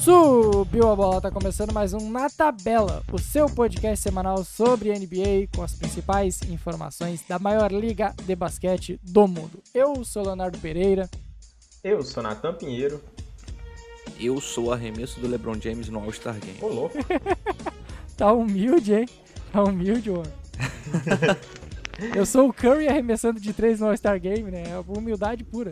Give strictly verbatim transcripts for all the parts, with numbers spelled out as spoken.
Subiu a bola, tá começando mais um Na Tabela, o seu podcast semanal sobre N B A com as principais informações da maior liga de basquete do mundo. Eu sou Leonardo Pereira. Eu sou Natan Pinheiro. Eu sou o arremesso do LeBron James no All-Star Game. Ô, louco. Tá humilde, hein? Tá humilde, mano. Eu sou o Curry arremessando de três no All-Star Game, né? É humildade pura.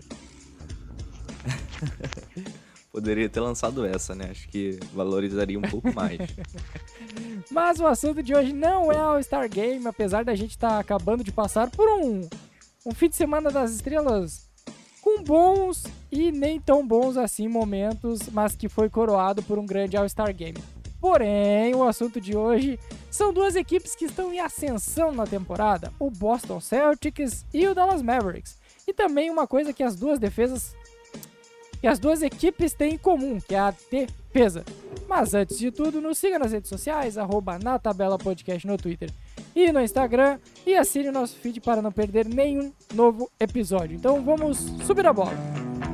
Poderia ter lançado essa, né? Acho que valorizaria um pouco mais. Mas o assunto de hoje não é All-Star Game, apesar da gente estar tá acabando de passar por um, um fim de semana das estrelas com bons e nem tão bons assim momentos, mas que foi coroado por um grande All-Star Game. Porém, o assunto de hoje são duas equipes que estão em ascensão na temporada, o Boston Celtics e o Dallas Mavericks. E também uma coisa que as duas defesas que as duas equipes têm em comum, que é a defesa. Mas antes de tudo, nos siga nas redes sociais, arroba na tabela podcast no Twitter e no Instagram, e assine o nosso feed para não perder nenhum novo episódio. Então vamos subir a bola.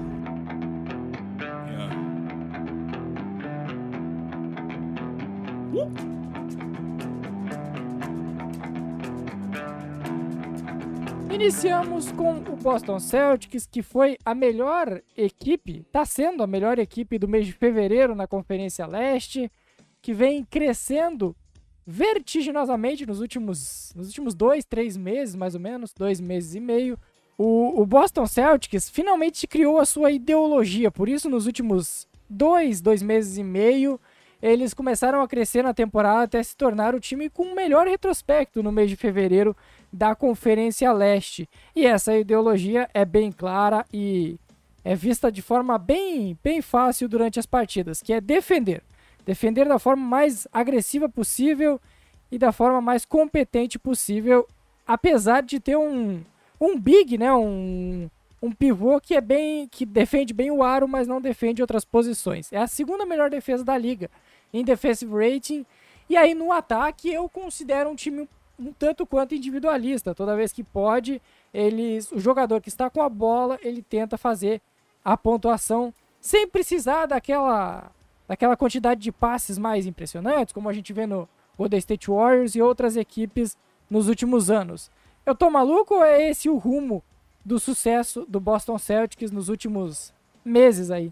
Iniciamos com o Boston Celtics, que foi a melhor equipe, está sendo a melhor equipe do mês de fevereiro na Conferência Leste, que vem crescendo vertiginosamente nos últimos, nos últimos dois, três meses, mais ou menos, dois meses e meio. O, o Boston Celtics finalmente criou a sua ideologia, por isso nos últimos dois, dois meses e meio, eles começaram a crescer na temporada até se tornar o time com o melhor retrospecto no mês de fevereiro da Conferência Leste. E essa ideologia é bem clara e é vista de forma bem, bem fácil durante as partidas, que é defender. Defender da forma mais agressiva possível e da forma mais competente possível, apesar de ter um, um big, né, um, um pivô que, é bem, que defende bem o aro, mas não defende outras posições. É a segunda melhor defesa da liga em defensive rating. E aí no ataque eu considero um time um tanto quanto individualista. Toda vez que pode, eles, o jogador que está com a bola, ele tenta fazer a pontuação sem precisar daquela, daquela quantidade de passes mais impressionantes, como a gente vê no Golden State Warriors e outras equipes nos últimos anos. Eu tô maluco ou é esse o rumo do sucesso do Boston Celtics nos últimos meses aí?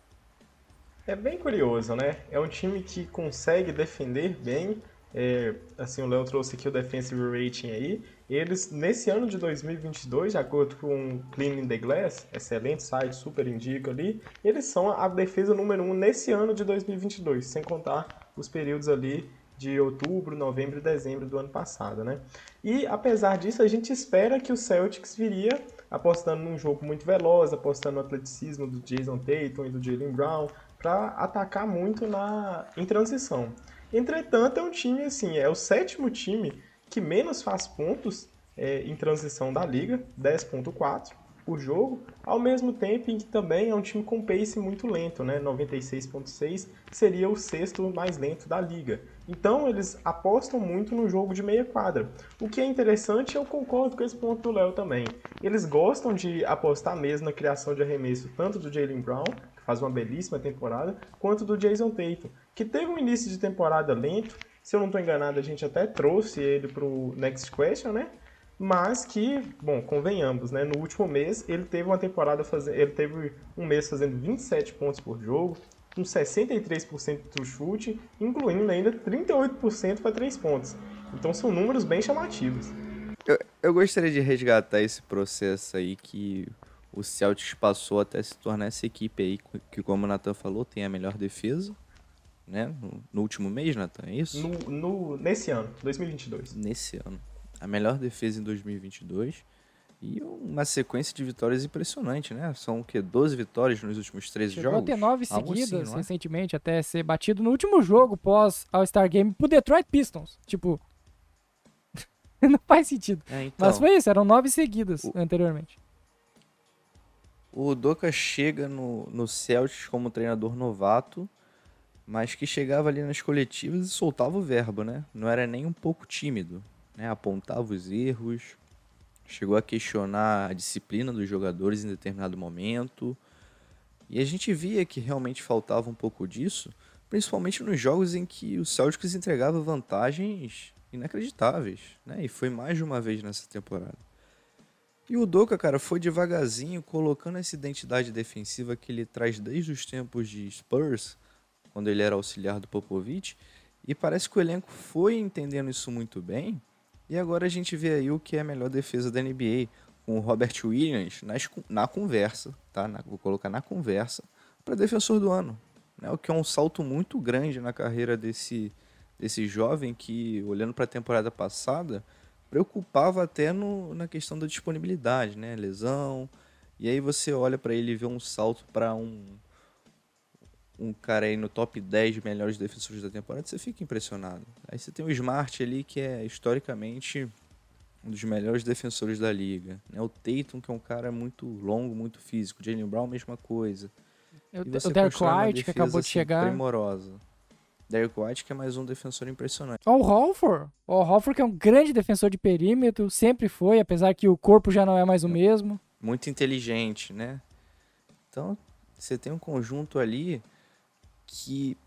É bem curioso, né? É um time que consegue defender bem. É, assim, o Léo trouxe aqui o defensive rating aí. Eles, nesse ano de dois mil e vinte e dois, de acordo com o Cleaning the Glass, excelente site, super indico ali, eles são a defesa número um nesse ano de dois mil e vinte e dois, sem contar os períodos ali de outubro, novembro e dezembro do ano passado, né? E, apesar disso, a gente espera que o Celtics viria apostando num jogo muito veloz, apostando no atleticismo do Jason Tatum e do Jaylen Brown, para atacar muito na, em transição. Entretanto, é um time, assim, é o sétimo time que menos faz pontos é, em transição da liga, dez ponto quatro por jogo, ao mesmo tempo em que também é um time com pace muito lento, né? noventa e seis ponto seis seria o sexto mais lento da liga. Então, eles apostam muito no jogo de meia quadra. O que é interessante, eu concordo com esse ponto do Léo também. Eles gostam de apostar mesmo na criação de arremesso, tanto do Jaylen Brown, que faz uma belíssima temporada, quanto do Jason Tatum, que teve um início de temporada lento. Se eu não estou enganado, a gente até trouxe ele para o Next Question, né? Mas que, bom, convenhamos, né? No último mês, ele teve uma temporada fazendo, ele teve um mês fazendo vinte e sete pontos por jogo, com sessenta e três por cento do chute, incluindo ainda trinta e oito por cento para três pontos. Então são números bem chamativos. Eu, eu gostaria de resgatar esse processo aí que o Celtics passou até se tornar essa equipe aí, que, como o Natan falou, tem a melhor defesa, né? No, no último mês, Natan, é isso? No, no, nesse ano, dois mil e vinte e dois. Nesse ano. A melhor defesa em dois mil e vinte e dois e uma sequência de vitórias impressionante, né? São o quê? doze vitórias nos últimos treze Chegou jogos? Chegou a ter nove Algo seguidas, assim, é? recentemente, até ser batido no último jogo pós All-Star Game pro Detroit Pistons. Tipo, não faz sentido. É, então, mas foi isso, eram nove seguidas o, anteriormente. O Udoka chega no, no Celtics como treinador novato, mas que chegava ali nas coletivas e soltava o verbo, né? Não era nem um pouco tímido, né? Apontava os erros, chegou a questionar a disciplina dos jogadores em determinado momento. E a gente via que realmente faltava um pouco disso, principalmente nos jogos em que o Celtics entregava vantagens inacreditáveis, né? E foi mais de uma vez nessa temporada. E o Udoka, cara, foi devagarzinho colocando essa identidade defensiva que ele traz desde os tempos de Spurs, quando ele era auxiliar do Popovich, e parece que o elenco foi entendendo isso muito bem, e agora a gente vê aí o que é a melhor defesa da N B A, com o Robert Williams nas, na conversa, tá? Na, vou colocar na conversa, para defensor do ano, né? O que é um salto muito grande na carreira desse, desse jovem que, olhando para a temporada passada, preocupava até no, na questão da disponibilidade, né? Lesão. E aí você olha para ele e vê um salto para um, um cara aí no top dez melhores defensores da temporada, você fica impressionado. Aí você tem o Smart ali, que é historicamente um dos melhores defensores da liga, né? O Tatum, que é um cara muito longo, muito físico. Jaylen Brown, mesma coisa. Eu, E você o Derek constrói uma White, que defesa, acabou de assim, chegar. primorosa. Derek White, que é mais um defensor impressionante. Ó, o Horford. O Horford, que é um grande defensor de perímetro, sempre foi, apesar que o corpo já não é mais o mesmo. Muito inteligente, né? Então, você tem um conjunto ali que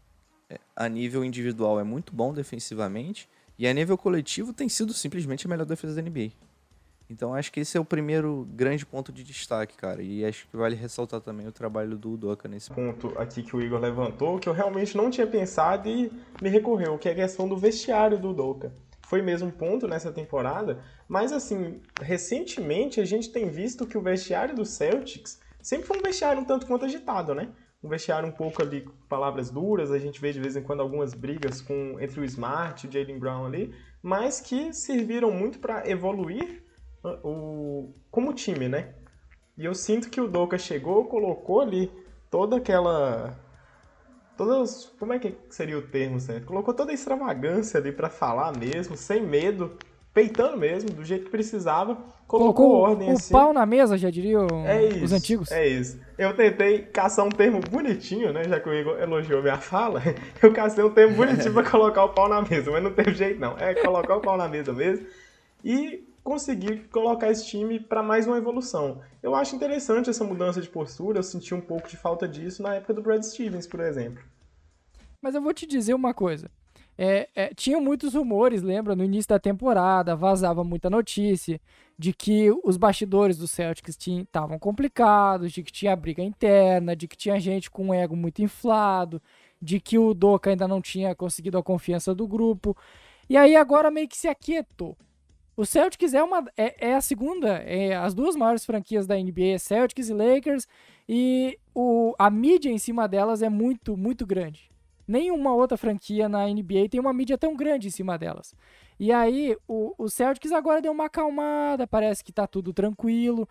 a nível individual é muito bom defensivamente e a nível coletivo tem sido simplesmente a melhor defesa da N B A. Então, acho que esse é o primeiro grande ponto de destaque, cara. E acho que vale ressaltar também o trabalho do Udoka nesse ponto aqui que o Igor levantou, que eu realmente não tinha pensado e me recorreu, que é a questão do vestiário do Udoka. Foi mesmo um ponto nessa temporada, mas assim, recentemente a gente tem visto que o vestiário do Celtics sempre foi um vestiário um tanto quanto agitado, né? Um vestiário um pouco ali com palavras duras, a gente vê de vez em quando algumas brigas com, entre o Smart e o Jaylen Brown ali, mas que serviram muito para evoluir o, como time, né? E eu sinto que o Udoka chegou, colocou ali toda aquela... Todas, como é que seria o termo certo? Colocou toda a extravagância ali pra falar mesmo, sem medo, peitando mesmo, do jeito que precisava. Colocou, Colocou ordem o assim. pau na mesa, já diriam é isso, os antigos. É isso. Eu tentei caçar um termo bonitinho, né? Já que o Igor elogiou minha fala, eu cacei um termo bonitinho pra colocar o pau na mesa, mas não teve jeito não. É colocar o pau na mesa mesmo. E conseguir colocar esse time para mais uma evolução. Eu acho interessante essa mudança de postura, eu senti um pouco de falta disso na época do Brad Stevens, por exemplo. Mas eu vou te dizer uma coisa. É, é, tinha muitos rumores, lembra? No início da temporada, vazava muita notícia de que os bastidores do Celtics estavam complicados, de que tinha briga interna, de que tinha gente com um ego muito inflado, de que o Udoka ainda não tinha conseguido a confiança do grupo. E aí agora meio que se aquietou. O Celtics é, uma, é, é a segunda, é as duas maiores franquias da N B A, Celtics e Lakers, e o, a mídia em cima delas é muito, muito grande. Nenhuma outra franquia na N B A tem uma mídia tão grande em cima delas. E aí, o, o Celtics agora deu uma acalmada, parece que tá tudo tranquilo.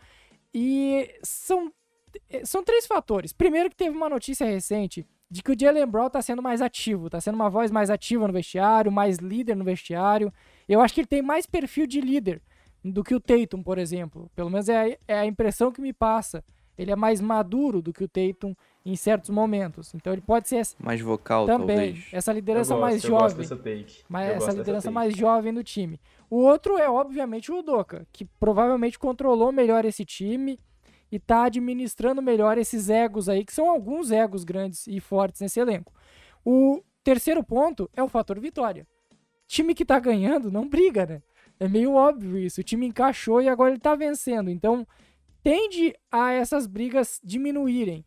E são, são três fatores. Primeiro que teve uma notícia recente de que o Jaylen Brown tá sendo mais ativo, tá sendo uma voz mais ativa no vestiário, mais líder no vestiário. Eu acho que ele tem mais perfil de líder do que o Tatum, por exemplo. Pelo menos é a, é a impressão que me passa. Ele é mais maduro do que o Tatum em certos momentos. Então ele pode ser mais vocal, também talvez. Essa liderança gosto, mais eu jovem. Gosto dessa take. Mas eu essa gosto liderança dessa mais jovem no time. O outro é, obviamente, o Udoka, que provavelmente controlou melhor esse time e tá administrando melhor esses egos aí, que são alguns egos grandes e fortes nesse elenco. O terceiro ponto é o fator vitória. Time que tá ganhando não briga, né? É meio óbvio isso. O time encaixou e agora ele tá vencendo. Então, tende a essas brigas diminuírem.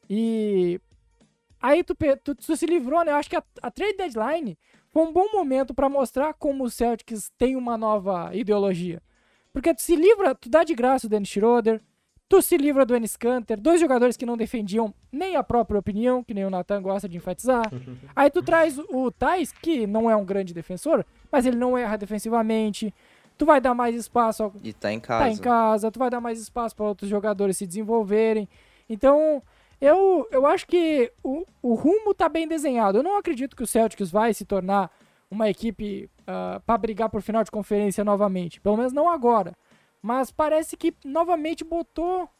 E aí tu, tu, tu se livrou, né? Eu acho que a, a trade deadline foi um bom momento para mostrar como o Celtics tem uma nova ideologia. Porque tu se livra, tu dá de graça o Dennis Schroeder, tu se livra do Enes Kanter, dois jogadores que não defendiam nem a própria opinião, que nem o Nathan gosta de enfatizar. Aí tu traz o Thais, que não é um grande defensor, mas ele não erra defensivamente. Tu vai dar mais espaço ao... E tá em casa. Tá em casa, tu vai dar mais espaço para outros jogadores se desenvolverem. Então, eu, eu acho que o, o rumo tá bem desenhado. Eu não acredito que o Celtics vai se tornar uma equipe uh, para brigar por final de conferência novamente. Pelo menos não agora. Mas parece que novamente botou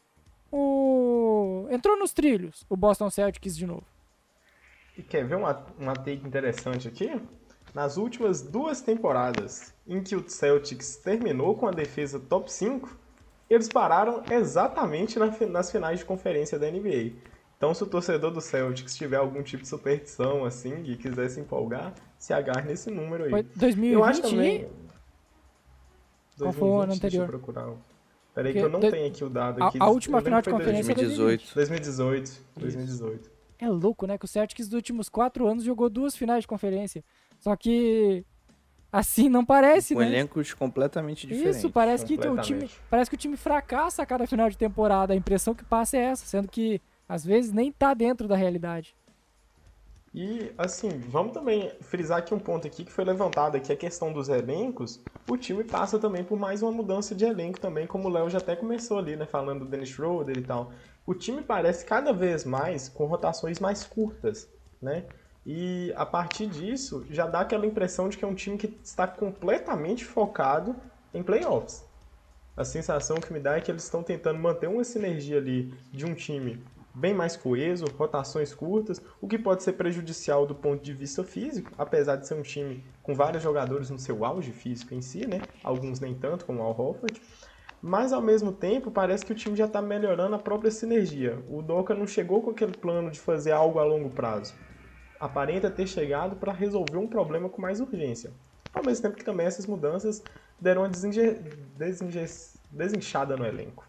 o... entrou nos trilhos o Boston Celtics de novo. E quer ver uma, uma take interessante aqui? Nas últimas duas temporadas em que o Celtics terminou com a defesa top cinco, eles pararam exatamente na, nas finais de conferência da N B A. Então, se o torcedor do Celtics tiver algum tipo de superstição, assim, e quiser se empolgar, se agarre nesse número aí. Foi dois mil e vinte? Eu acho também... Qual foi o ano dois mil e vinte, deixa eu anterior? procurar. Peraí que Porque eu não do- tenho aqui o dado A, aqui. a última Eu final lembro de que foi conferência é dois mil e dezoito. dois mil e dezoito. dois mil e dezoito. É louco, né? Que o Celtics dos últimos quatro anos jogou duas finais de conferência. Só que assim não parece, Com né? elencos completamente diferentes. Isso, parece que o time, Completamente. parece que o time fracassa a cada final de temporada. A impressão que passa é essa, sendo que às vezes nem tá dentro da realidade. E, assim, vamos também frisar aqui um ponto aqui que foi levantado aqui, a questão dos elencos. O time passa também por mais uma mudança de elenco também, como o Léo já até começou ali, né, falando do Dennis Schroeder e tal. O time parece cada vez mais com rotações mais curtas, né? E a partir disso, já dá aquela impressão de que é um time que está completamente focado em playoffs. A sensação que me dá é que eles estão tentando manter uma sinergia ali de um time bem mais coeso, rotações curtas, o que pode ser prejudicial do ponto de vista físico, apesar de ser um time com vários jogadores no seu auge físico em si, né? Alguns nem tanto, como o Al Horford. Mas, ao mesmo tempo, parece que o time já está melhorando a própria sinergia. O Doka não chegou com aquele plano de fazer algo a longo prazo. Aparenta ter chegado para resolver um problema com mais urgência. Ao mesmo tempo que também essas mudanças deram uma desinge... Desinge... desinchada no elenco.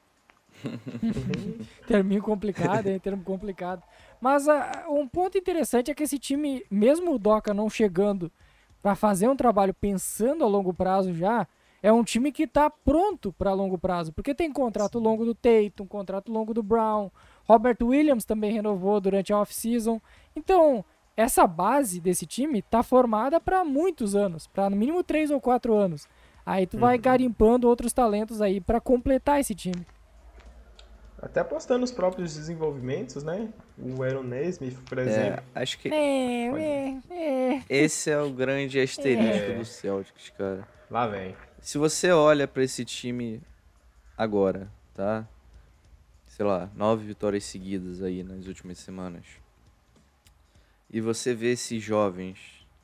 Terminho complicado, hein? Termo complicado. Mas ah, um ponto interessante é que esse time, mesmo o Doka não chegando para fazer um trabalho pensando a longo prazo já, é um time que está pronto para longo prazo, porque tem contrato longo do Tatum, contrato longo do Brown, Robert Williams também renovou durante a off-season. Então, essa base desse time está formada para muitos anos, para no mínimo três ou quatro anos. Aí tu vai garimpando outros talentos aí para completar esse time. Até apostando nos próprios desenvolvimentos, né? O Aaron Nesmith, por É, exemplo. acho que É, Pode é, é. esse é o grande asterisco É. do Celtics, cara. Lá vem. Se você olha pra esse time agora, tá? Sei lá, nove vitórias seguidas aí nas últimas semanas. E você vê esses jovens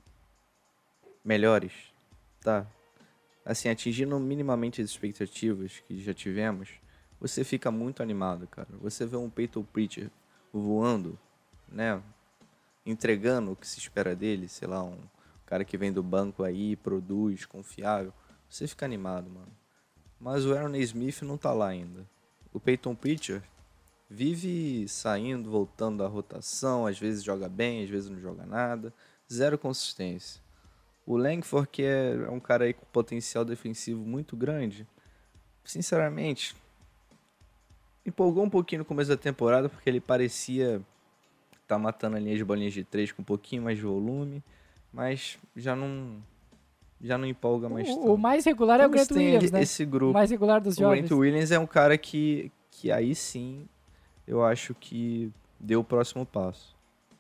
melhores, tá? Assim, atingindo minimamente as expectativas que já tivemos, você fica muito animado, cara. Você vê um Peyton Pritchard voando, né? Entregando o que se espera dele, sei lá, um cara que vem do banco aí, produz, confiável. Você fica animado, mano. Mas o Aaron Smith não tá lá ainda. O Peyton Pritchard vive saindo, voltando da rotação, às vezes joga bem, às vezes não joga nada. Zero consistência. O Langford, que é um cara aí com potencial defensivo muito grande, sinceramente, empolgou um pouquinho no começo da temporada, porque ele parecia estar matando a linha de bolinhas de três com um pouquinho mais de volume, mas já não, já não empolga mais tanto. O, o mais regular é o Como eles Grant têm Williams, né? esse O grupo. mais regular dos O jovens. Grant Williams é um cara que, que aí sim eu acho que deu o próximo passo.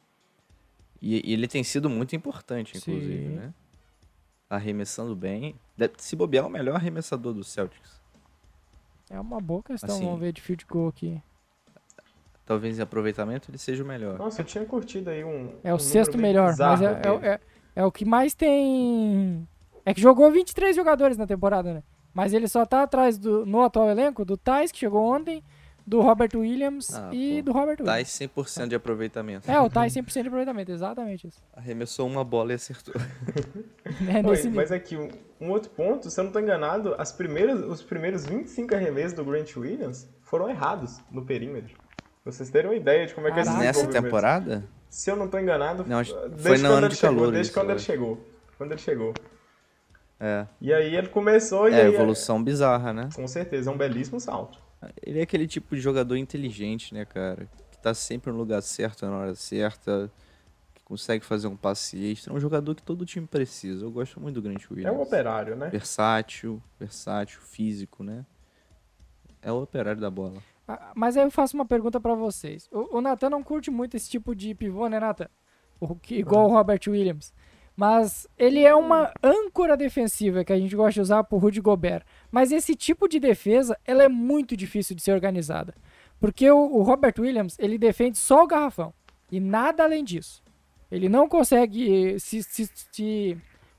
E, e ele tem sido muito importante, inclusive, Sim. né? Arremessando bem. Deve- Se bobear, é o melhor arremessador do Celtics. É uma boa questão, Assim, vamos ver de field goal aqui. Talvez em aproveitamento ele seja o melhor. Nossa, eu tinha curtido aí um. É o um sexto número meio melhor, mas bizarro é, é, dele. é, é o que mais tem... É que jogou vinte e três jogadores na temporada, né? Mas ele só tá atrás, do, no atual elenco, do Thais, que chegou ontem, do Robert Williams Ah, e pô. do Robert Tá em Williams. cem por cento de aproveitamento. É, o Thais cem por cento de aproveitamento, exatamente isso. Arremessou uma bola e acertou. É Oi, nesse nível. mas aqui, um, um outro ponto, se eu não estou enganado, as primeiras, os primeiros vinte e cinco arremessos do Grant Williams foram errados no perímetro. Pra vocês terem uma ideia de como é que é esse Caraca. Nessa desenvolvimento. temporada? Se eu não estou enganado, Não, acho- desde foi no quando ano ele de chegou, calor desde isso, quando eu ele acho. chegou. Quando ele chegou. É. E aí ele começou e É, aí... evolução bizarra, né? Com certeza, é um belíssimo salto. Ele é aquele tipo de jogador inteligente, né, cara? Que tá sempre no lugar certo, na hora certa, que consegue fazer um passe extra. É um jogador que todo time precisa. Eu gosto muito do Grant Williams. É um operário, né? Versátil, versátil, físico, né? É o operário da bola. Ah, Mas aí eu faço uma pergunta pra vocês. O, o Nathan não curte muito esse tipo de pivô, né, Nathan? O que- Igual o Robert Williams. Mas ele é uma âncora defensiva que a gente gosta de usar pro Rudy Gobert. Mas esse tipo de defesa, ela é muito difícil de ser organizada. Porque o, o Robert Williams, ele defende só o garrafão. E nada além disso. Ele não consegue se, se- se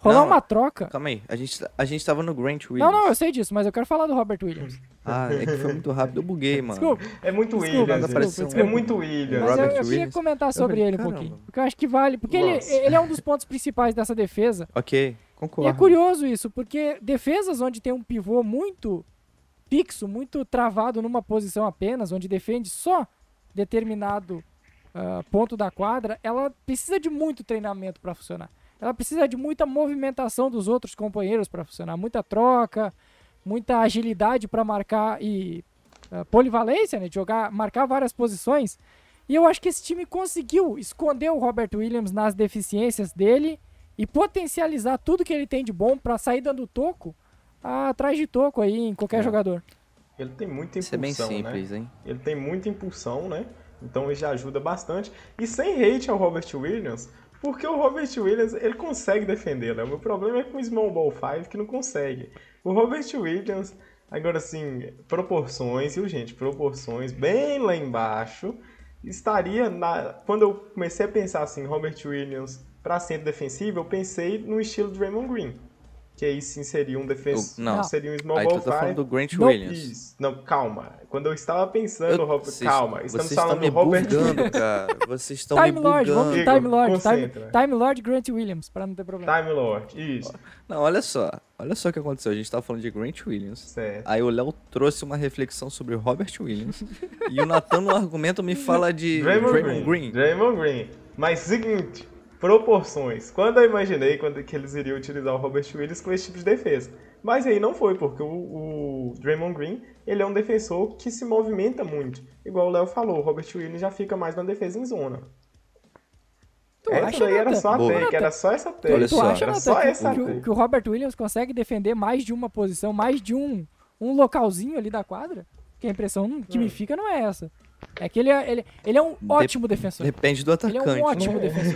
rolar Não, uma troca. Calma aí, a gente, a gente tava no Grant Williams. Não, não, eu sei disso, mas eu quero falar do Robert Williams. Ah, é que foi muito rápido, eu buguei, mano. Desculpa. É muito Desculpa, Williams, desculpa, gente. desculpa. É muito Williams. Mas eu, Robert eu queria Williams. comentar Eu sobre falei, ele um caramba. pouquinho. Porque eu acho que vale. Porque ele, Nossa. ele é um dos pontos principais dessa defesa. Ok, E concordo. é curioso isso, porque defesas onde tem um pivô muito fixo, muito travado numa posição apenas, onde defende só determinado ah, ponto da quadra, ela precisa de muito treinamento para funcionar. Ela precisa de muita movimentação dos outros companheiros para funcionar, muita troca, muita agilidade para marcar e ah, polivalência, né, de jogar, marcar várias posições. E eu acho que esse time conseguiu esconder o Robert Williams nas deficiências dele e potencializar tudo que ele tem de bom para sair dando toco ah, atrás de toco aí em qualquer É. jogador. Ele tem muita Isso é bem impulsão, simples, né? hein? Ele tem muita impulsão, né? Então ele já ajuda bastante. E sem hate ao Robert Williams, porque o Robert Williams, ele consegue defender, né? O meu problema é com o Small Ball cinco que não consegue. O Robert Williams, agora assim, proporções, viu gente? Proporções bem lá embaixo. Estaria na... Quando eu comecei a pensar assim, Robert Williams para centro defensivo, eu pensei no estilo Draymond Green. Que aí sim seria um defensor, Eu- não. seria um Small Aí Ball tu tá falando do cinco. Grant Não, Williams. Isso. Não, calma. Quando eu estava pensando, Eu- Robert, vocês- calma. Estamos vocês falando estão do me Robert bugando, cara. Vocês estão Time me Lord, vamos bugando. de Igor, Time Lord. Time, concentra. Time Lord Grant Williams, pra não ter problema. Time Lord. Isso. Não, olha só. Olha só o que aconteceu. A gente tava falando de Grant Williams. Certo. Aí o Léo trouxe uma reflexão sobre o Robert Williams. E o Natan no argumento me fala de Draymond, Draymond Green. Green. Draymond Green. Mas seguinte, proporções. Quando eu imaginei quando que eles iriam utilizar o Robert Williams com esse tipo de defesa. Mas aí não foi, porque o, o Draymond Green, ele é um defensor que se movimenta muito. Igual o Léo falou, o Robert Williams já fica mais na defesa em zona. Tu Essa acha, daí era Nathan? só a Boa. take, era só essa take. Olha Tu só. acha, Era Nathan, só que, essa que o- take. que o Robert Williams consegue defender mais de uma posição, mais de um, um localzinho ali da quadra? Que a impressão que me fica não é essa. É que ele é, ele, ele é um ótimo defensor. Depende do Ele é atacante. um ótimo né? defensor.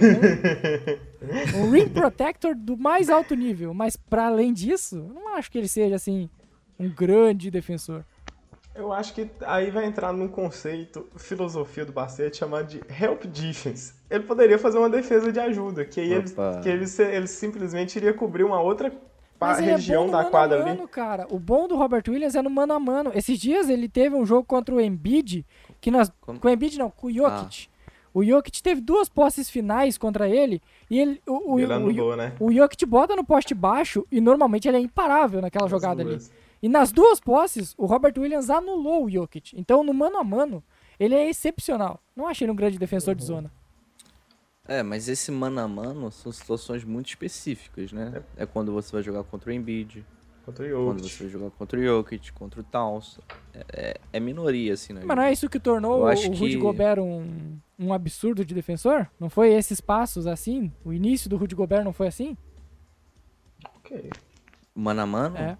Um, um rim protector do mais alto nível. Mas pra além disso, eu não acho que ele seja assim um grande defensor. Eu acho que aí vai entrar num conceito, filosofia do basquete, chamado de help defense. Ele poderia fazer uma defesa de ajuda, que aí ele, Opa. que ele, se- ele simplesmente iria cobrir uma outra pa- Mas ele região é bom no da mano quadra a ali. mano, cara. O bom do Robert Williams é no mano a mano. Esses dias ele teve um jogo contra o Embiid, que nós... Como? Com o Embiid não, com o Jokic. Ah. O Jokic teve duas posses finais contra ele, e ele... O, o, Ele o, anulou, né? o Jokic bota no poste baixo, e normalmente ele é imparável naquela As jogada ali. duas. E nas duas posses, o Robert Williams anulou o Jokic. Então, no mano a mano, ele é excepcional. Não achei ele um grande defensor de zona. É, mas esse mano a mano são situações muito específicas, né? É quando você vai jogar contra o Embiid, Contra o quando Jokic. você vai jogar contra o Jokic, contra o Towns. É, é- é minoria, assim, né? Mas não é isso que tornou Eu o, acho o Rudy que- Gobert um, um absurdo de defensor? Não foi esses passos assim? O início do Rudy Gobert não foi assim? Ok. Mano a mano? É.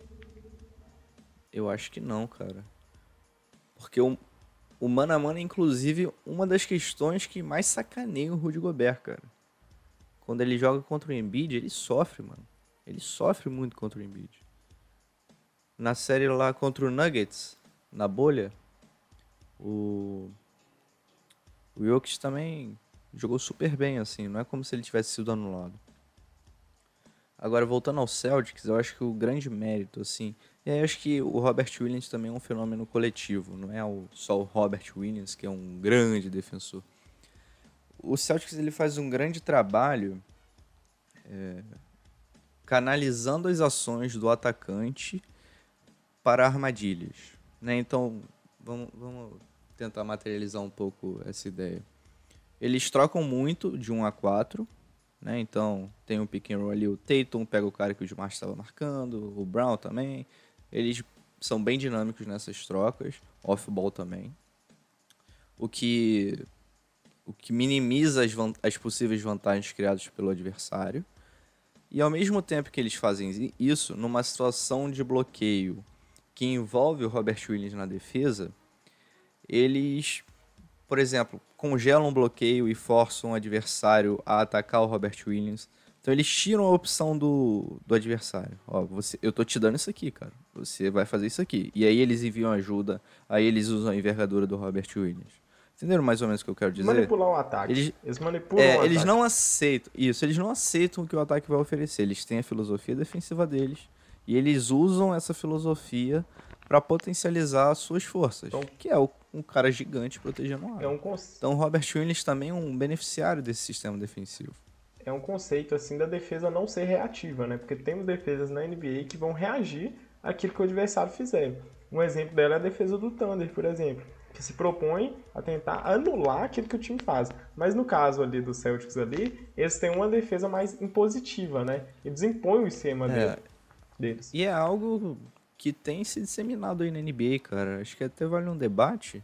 Eu acho que não, cara. Porque o, o mano a mano é, inclusive, uma das questões que mais sacaneia o Rudy Gobert, cara. Quando ele joga contra o Embiid, ele sofre, mano. Ele sofre muito contra o Embiid. Na série lá contra o Nuggets, na bolha, o... O Jokic também jogou super bem, assim. Não é como se ele tivesse sido anulado. Agora, voltando ao Celtics, eu acho que o grande mérito, assim... E aí eu acho que o Robert Williams também é um fenômeno coletivo. Não é o- só o Robert Williams, que é um grande defensor. O Celtics ele faz um grande trabalho é, canalizando as ações do atacante para armadilhas, né? Então, vamos, vamos tentar materializar um pouco essa ideia. Eles trocam muito de um a quatro, né? Então, tem um pick and roll ali, o Tatum pega o cara que o Smart estava marcando, o Brown também. Eles são bem dinâmicos nessas trocas, off-ball também. O que, o que minimiza as, van- as possíveis vantagens criadas pelo adversário. E ao mesmo tempo que eles fazem isso, numa situação de bloqueio que envolve o Robert Williams na defesa, eles, por exemplo, congelam um bloqueio e forçam o adversário a atacar o Robert Williams. Então eles tiram a opção do, do adversário. Ó, você, eu tô te dando isso aqui, cara. Você vai fazer isso aqui. E aí eles enviam ajuda, aí eles usam a envergadura do Robert Williams. Entenderam mais ou menos o que eu quero dizer? Manipular o ataque. Eles, eles manipulam é, o eles ataque. não aceitam. Isso, eles não aceitam o que o ataque vai oferecer. Eles têm a filosofia defensiva deles. E eles usam essa filosofia para potencializar as suas forças. Então, que é o, um cara gigante protegendo o ar. É um, conce... Então o Robert Williams também é um beneficiário desse sistema defensivo. é um conceito assim da defesa não ser reativa, né? Porque temos defesas na N B A que vão reagir àquilo que o adversário fizer. Um exemplo dela é a defesa do Thunder, por exemplo, que se propõe a tentar anular aquilo que o time faz. Mas no caso ali dos Celtics ali, eles têm uma defesa mais impositiva, né? Eles impõem o esquema É. deles. E é algo que tem se disseminado aí na N B A, cara. Acho que até vale um debate.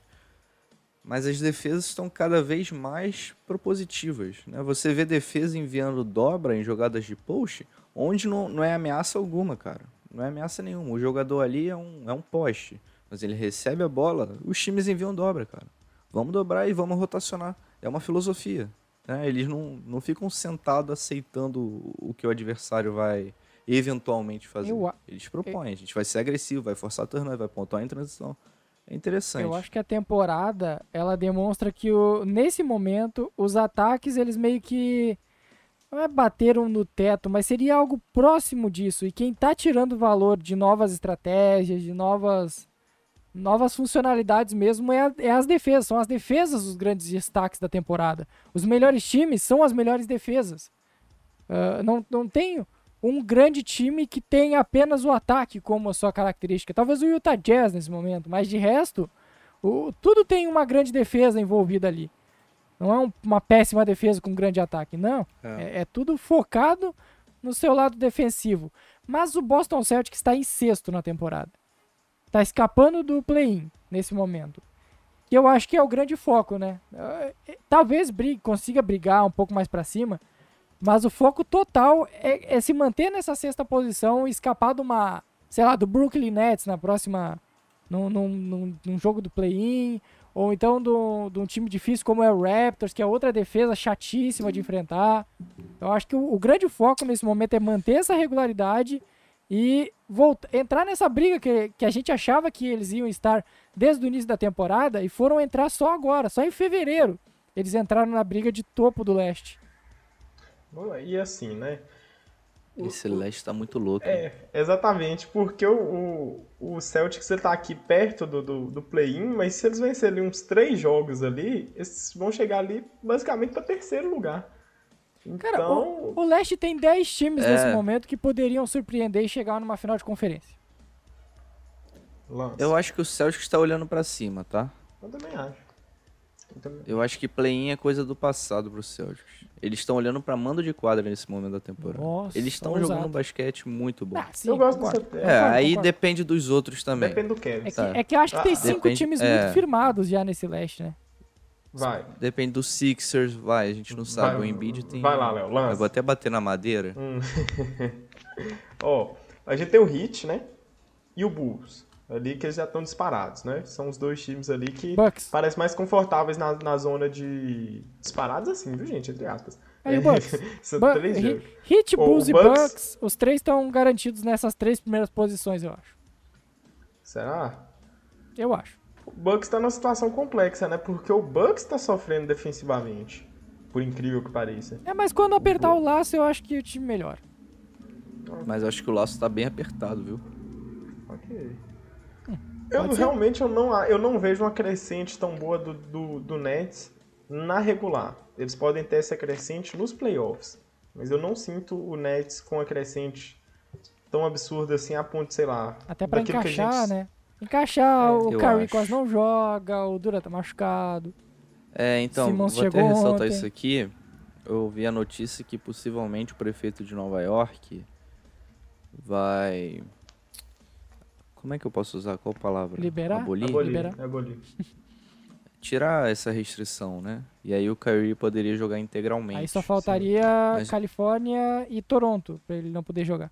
Mas as defesas estão cada vez mais propositivas, né? Você vê defesa enviando dobra em jogadas de post, onde não, não é ameaça alguma, cara. Não é ameaça nenhuma. O jogador ali é um, é um poste. Mas ele recebe a bola, os times enviam dobra, cara. Vamos dobrar e vamos rotacionar. É uma filosofia, né? Eles não, não ficam sentados aceitando o que o adversário vai eventualmente fazer. Eu, Eles propõem. A gente vai ser agressivo, vai forçar turnover, vai pontuar em transição. É interessante. Eu acho que a temporada, ela demonstra que o, nesse momento, os ataques, eles meio que não é bateram no teto, mas seria algo próximo disso. E quem tá tirando valor de novas estratégias, de novas, novas funcionalidades mesmo, é, a, é as defesas. São as defesas os grandes destaques da temporada. Os melhores times são as melhores defesas. Uh, não, não tem um grande time que tem apenas o ataque como a sua característica. Talvez o Utah Jazz nesse momento, mas de resto, o, tudo tem uma grande defesa envolvida ali. Não é um, uma péssima defesa com um grande ataque, não. É. É, é tudo focado no seu lado defensivo. Mas o Boston Celtics está em sexto na temporada. Está escapando do play-in nesse momento. Que eu acho que é o grande foco, né? Talvez brigue, consiga brigar um pouco mais para cima, mas o foco total é, é se manter nessa sexta posição e escapar de uma, sei lá, do Brooklyn Nets na próxima, num, num, num, num jogo do play-in, ou então de um time difícil como é o Raptors, que é outra defesa chatíssima de enfrentar. Eu acho que o, o grande foco nesse momento é manter essa regularidade e voltar, entrar nessa briga que, que a gente achava que eles iam estar desde o início da temporada e foram entrar só agora, só em fevereiro. Eles entraram na briga de topo do leste. E assim, né? Esse leste tá muito louco. É, exatamente, porque o, o, o Celtics ele tá aqui perto do, do, do play-in, mas se eles vencerem uns três jogos ali, eles vão chegar ali basicamente para terceiro lugar. Então... Cara, o, o leste tem dez times É. nesse momento que poderiam surpreender e chegar numa final de conferência. Lance. Eu acho que o Celtics tá olhando pra cima, tá? Eu também acho. Eu também... Eu acho que play-in é coisa do passado pro Celtics. Eles estão olhando pra mando de quadra nesse momento da temporada. Nossa, Eles estão ousado. jogando um basquete muito bom. Ah, sim, eu gosto concordo. dessa... É, concordo, aí concordo. depende dos outros também. Depende do Kevin. É que, Tá. é que eu acho que tem Ah, cinco depende- times é. muito firmados já nesse leste, né? Vai. Depende do Sixers, vai, a gente não sabe. Vai, o Embiid tem... vai lá, Léo, lança. Eu vou até bater na madeira. Hum. Ó, a gente tem o Heat, né? E o Bulls. Ali que eles já estão disparados, né? São os dois times ali que Bucks. parecem mais confortáveis na, na zona de... Disparados assim, viu, gente? Entre aspas. Aí o Bucks. São Bu- três He- jogos. Heat, O- Bulls o e Bucks- Bucks, os três estão garantidos nessas três primeiras posições, eu acho. Será? Eu acho. O Bucks tá numa situação complexa, né? Porque o Bucks tá sofrendo defensivamente. Por incrível que pareça. É, mas quando apertar o laço, eu acho que o time melhora. Mas eu acho que o laço tá bem apertado, viu? Ok. Eu pode ser. realmente eu não, eu não vejo uma crescente tão boa do, do, do Nets na regular. Eles podem ter essa crescente nos playoffs. Mas eu não sinto o Nets com a crescente tão absurda assim a ponto, sei lá... Até pra daquilo que a encaixar, gente- né? Encaixar, É, o eu Curry acho. quase não joga, o Dura tá machucado. É, então, Simmons vou até chegou ressaltar ontem. isso aqui. Eu vi a notícia que possivelmente o prefeito de Nova York vai... Como é que eu posso usar? Qual palavra? Liberar? Abolir? Abolir, liberar. abolir. Tirar essa restrição, né? E aí o Kyrie poderia jogar integralmente. Aí só faltaria Mas- Califórnia e Toronto pra ele não poder jogar.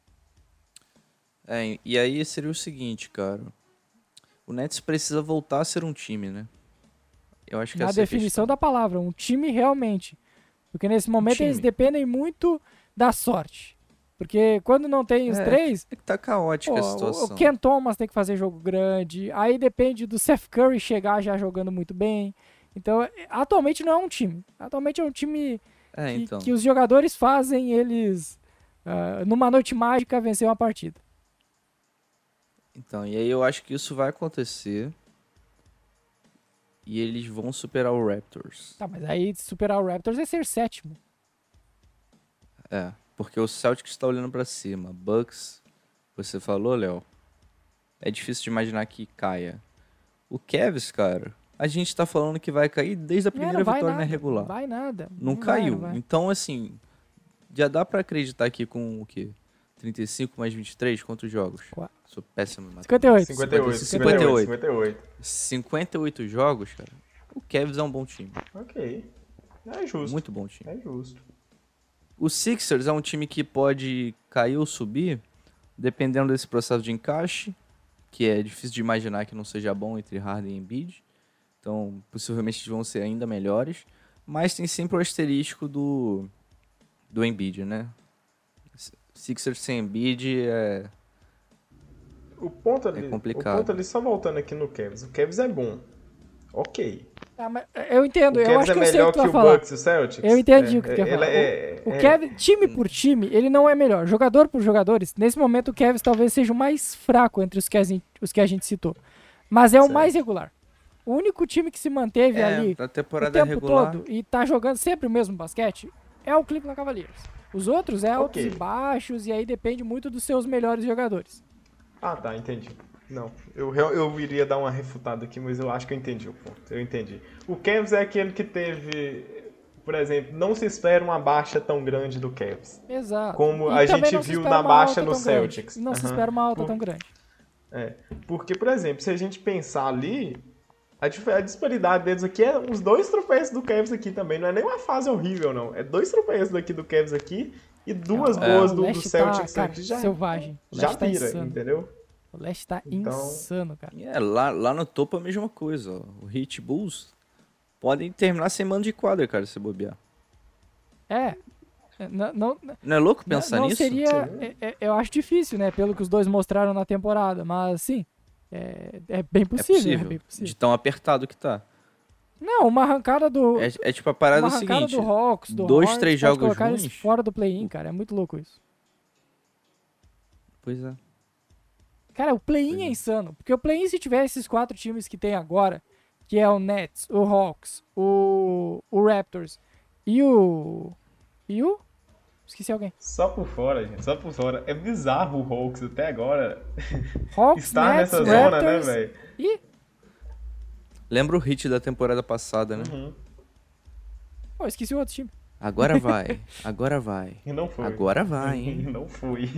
É, e aí seria o seguinte, cara. O Nets precisa voltar a ser um time, né? Eu acho que Na essa é a definição questão. da palavra, um time realmente. Porque nesse momento time. eles dependem muito da sorte. Porque quando não tem os É, três, É que tá caótica pô, a o- situação. o Ken Thomas tem que fazer jogo grande. Aí depende do Seth Curry chegar já jogando muito bem. Então, é- atualmente não é um time. Atualmente é um time É, que, então. que os jogadores fazem eles, ah, numa noite mágica, vencer uma partida. Então, e aí eu acho que isso vai acontecer. E eles vão superar o Raptors. Tá, mas aí superar o Raptors é ser sétimo. É, porque o Celtics está olhando pra cima. Bucks, você falou, Léo? É difícil de imaginar que caia. O Cavs, cara, a gente tá falando que vai cair desde a É, primeira não vai vitória nada, na regular. Não vai nada. Não, vai, caiu. não vai. Então, assim, já dá pra acreditar aqui com o quê? trinta e cinco mais vinte e três? Quantos jogos? Qua- Sou péssimo em cinquenta e oito. cinquenta e oito, cinquenta e cinquenta e oito. oito, cinquenta e oito. cinquenta e oito jogos, cara. O Cavs é um bom time. Ok. É justo. Muito bom time. É justo. O Sixers é um time que pode cair ou subir, dependendo desse processo de encaixe, que é difícil de imaginar que não seja bom entre Harden e Embiid. Então, possivelmente eles vão ser ainda melhores. Mas tem sempre o asterisco do, do Embiid, né? Sixers sem Embiid é... O ponto ali, É complicado. o ponto ali, só voltando aqui no Cavs. O Cavs é bom. Ok. Tá, mas eu entendo, O eu Cavs acho é que eu sei o melhor que tu que vai o falar. Bucks e o Celtics. Eu entendi É, o que tu quer ele falar. é- O é- Cavs, time por time, ele não é melhor. Jogador por jogadores, nesse momento o Cavs talvez seja o mais fraco entre os que a gente, os que a gente citou. Mas é o Certo. mais regular. O único time que se manteve É, ali na o temporada tempo regular... todo e tá jogando sempre o mesmo basquete é o Cleveland Cavaliers. Os outros é altos Ok. e baixos e aí depende muito dos seus melhores jogadores. Ah, tá, entendi. Não, eu, real- eu iria dar uma refutada aqui, mas eu acho que eu entendi o ponto. Eu entendi. O Cavs é aquele que teve, por exemplo, não se espera uma baixa tão grande do Cavs. Exato. Como E a também gente não se viu espera na uma baixa alta no tão grande. Celtics. Não se Aham. espera uma alta Por- tão grande. É, porque, por exemplo, se a gente pensar ali, a, dif- a disparidade deles aqui é uns dois tropeços do Cavs aqui também. Não é nem uma fase horrível, não. É dois tropeços daqui do Cavs aqui e duas Cara, boas o do, do leste Celtics tá, cara, aqui já, selvagem. O já leste tá vira, insano. entendeu? O leste tá Então- insano, cara. É, lá, lá no topo é a mesma coisa. Ó. O Heat Bulls podem terminar sem mando de quadra, cara, se bobear. É. Não, não, Não é louco pensar não, não nisso? seria. Sim. é- é- eu acho difícil, né? Pelo que os dois mostraram na temporada. Mas sim. É, é bem É possível. É, possível. bem De possível. tão apertado que tá. Não, uma arrancada do. É, é tipo a parada uma é o arrancada seguinte. do Hawks, do dois, Hornets, três pode jogos colocar eles ruins. fora do play-in, cara. É muito louco isso. Pois é. Cara, o play-in Pois é é. insano. Porque o play-in, se tiver esses quatro times que tem agora, que é o Nets, o Hawks, o, o Raptors e o. E o. Esqueci alguém. Só por fora, gente, só por fora. É bizarro o Hawks até agora Hawks, estar Nets, nessa zona, né, Raptors velho? e. Lembra o hit da temporada passada, né? Uhum. Pô, esqueci o outro time. Agora vai. Agora vai. E não foi. Agora vai, hein? Não fui.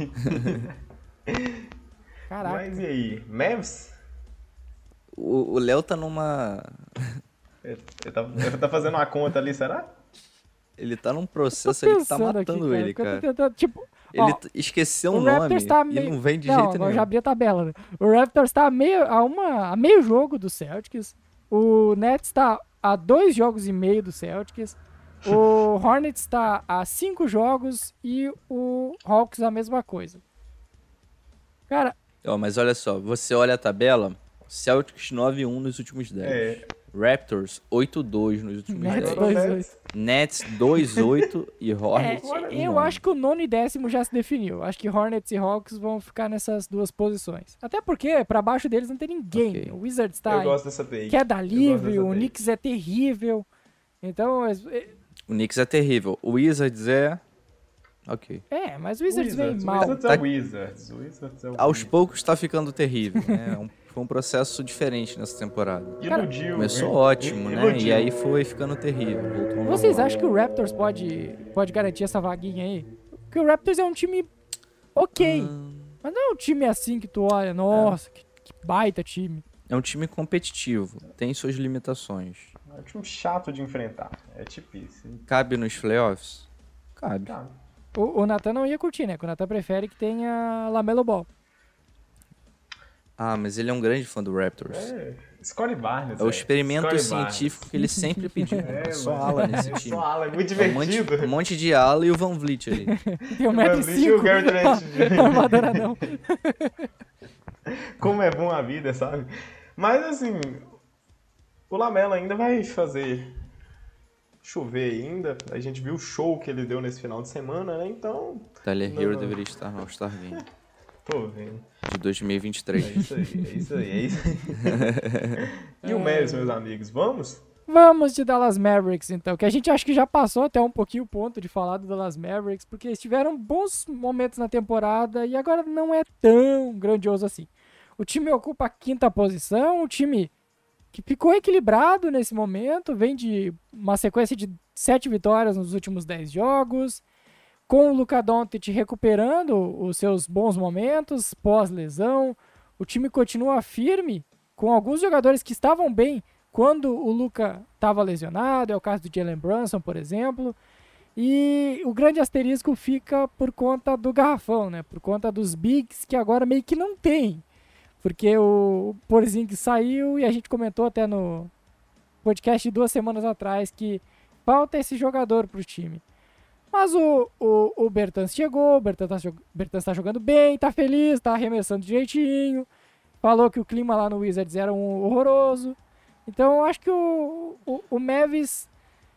Caraca. Mas e aí? Mavs? O o Léo tá numa. Ele tá, ele tá fazendo uma conta ali, será? Ele tá num Tô processo ali que tá pensando aqui, matando ele, porque eu tô cara. tentando, tipo, Ele ó, t- esqueceu o o nome Raptors tá e meio... não vem de não, jeito agora nenhum. já abri a tabela, né? O Raptors tá a meio, a, uma, a meio jogo do Celtics. O Nets tá a dois jogos e meio do Celtics. O Hornets tá a cinco jogos e o Hawks a mesma coisa. Cara, Ó, mas olha só, você olha a tabela, Celtics nove a um nos últimos dez. É. Raptors oito a dois nos últimos Nets dez. dois a Nets. dois. Nets dois a oito e É, Hornets eu um a um. acho que o nono e décimo já se definiu. Acho que Hornets e Hawks vão ficar nessas duas posições. Até porque pra baixo deles não tem ninguém. Ok. O Wizards Eu tá em gosto dessa take. queda Eu gosto livre, dessa o take. Knicks é terrível. Então, é, O Knicks é terrível. O Wizards é... Ok. é, mas o Wizards, vem Wizards, mal. Wizards é Tá- o Wizards. Wizards é o Aos Wizards. poucos tá ficando terrível, né? É um- foi um processo diferente nessa temporada. Iludiu. Começou hein? ótimo, né? Iludiu. E aí foi ficando terrível. Voltou ao Vocês normal. acham que o Raptors pode, pode garantir essa vaguinha aí? Porque o Raptors é um time ok. Hum, Mas não é um time assim que tu olha, nossa, que, que baita time. É um time competitivo, tem suas limitações. É um time chato de enfrentar. É tipo isso. Cabe nos playoffs? Cabe. Tá. O, o Nathan não ia curtir, né? Porque o Nathan prefere que tenha Lamelo Ball. Ah, mas ele é um grande fã do Raptors. É. Scottie Barnes. É o velho. experimento Scottie científico que ele sempre pediu. Barnes. É, só mano. ala nesse É time. Só ala, é muito É um, monte, divertido. um monte de ala e o Van Vliet ali. Tem um O metro e Van Vliet e o cinco. Gary Trent Júnior Armadura não. Como é bom a vida, sabe? Mas assim, o Lamelo ainda vai fazer chover ainda. A gente viu o show que ele deu nesse final de semana, né? Então... Tyler não- Hero deveria estar no All-Star Game Tô vendo. de dois mil e vinte e É três. isso aí, é isso aí, é isso aí. E o Mavs, meus amigos, vamos? Vamos de Dallas Mavericks, então, que a gente acha que já passou até um pouquinho o ponto de falar do Dallas Mavericks, porque eles tiveram bons momentos na temporada e agora não é tão grandioso assim. O time ocupa a quinta posição, o time que ficou equilibrado nesse momento, vem de uma sequência de sete vitórias nos últimos dez jogos, com o Luka Doncic recuperando os seus bons momentos pós-lesão. O time continua firme, com alguns jogadores que estavam bem quando o Luka estava lesionado, é o caso do Jalen Brunson, por exemplo. E o grande asterisco fica por conta do garrafão, né? Por conta dos bigs que agora meio que não tem. Porque o Porzingis saiu e a gente comentou até no podcast de duas semanas atrás que falta esse jogador pro time. Mas o, o, o Bertans chegou, o Bertans tá, jog- Bertans tá jogando bem, tá feliz, tá arremessando direitinho. Falou que o clima lá no Wizards era um horroroso. Então eu acho que o, o, o Mavis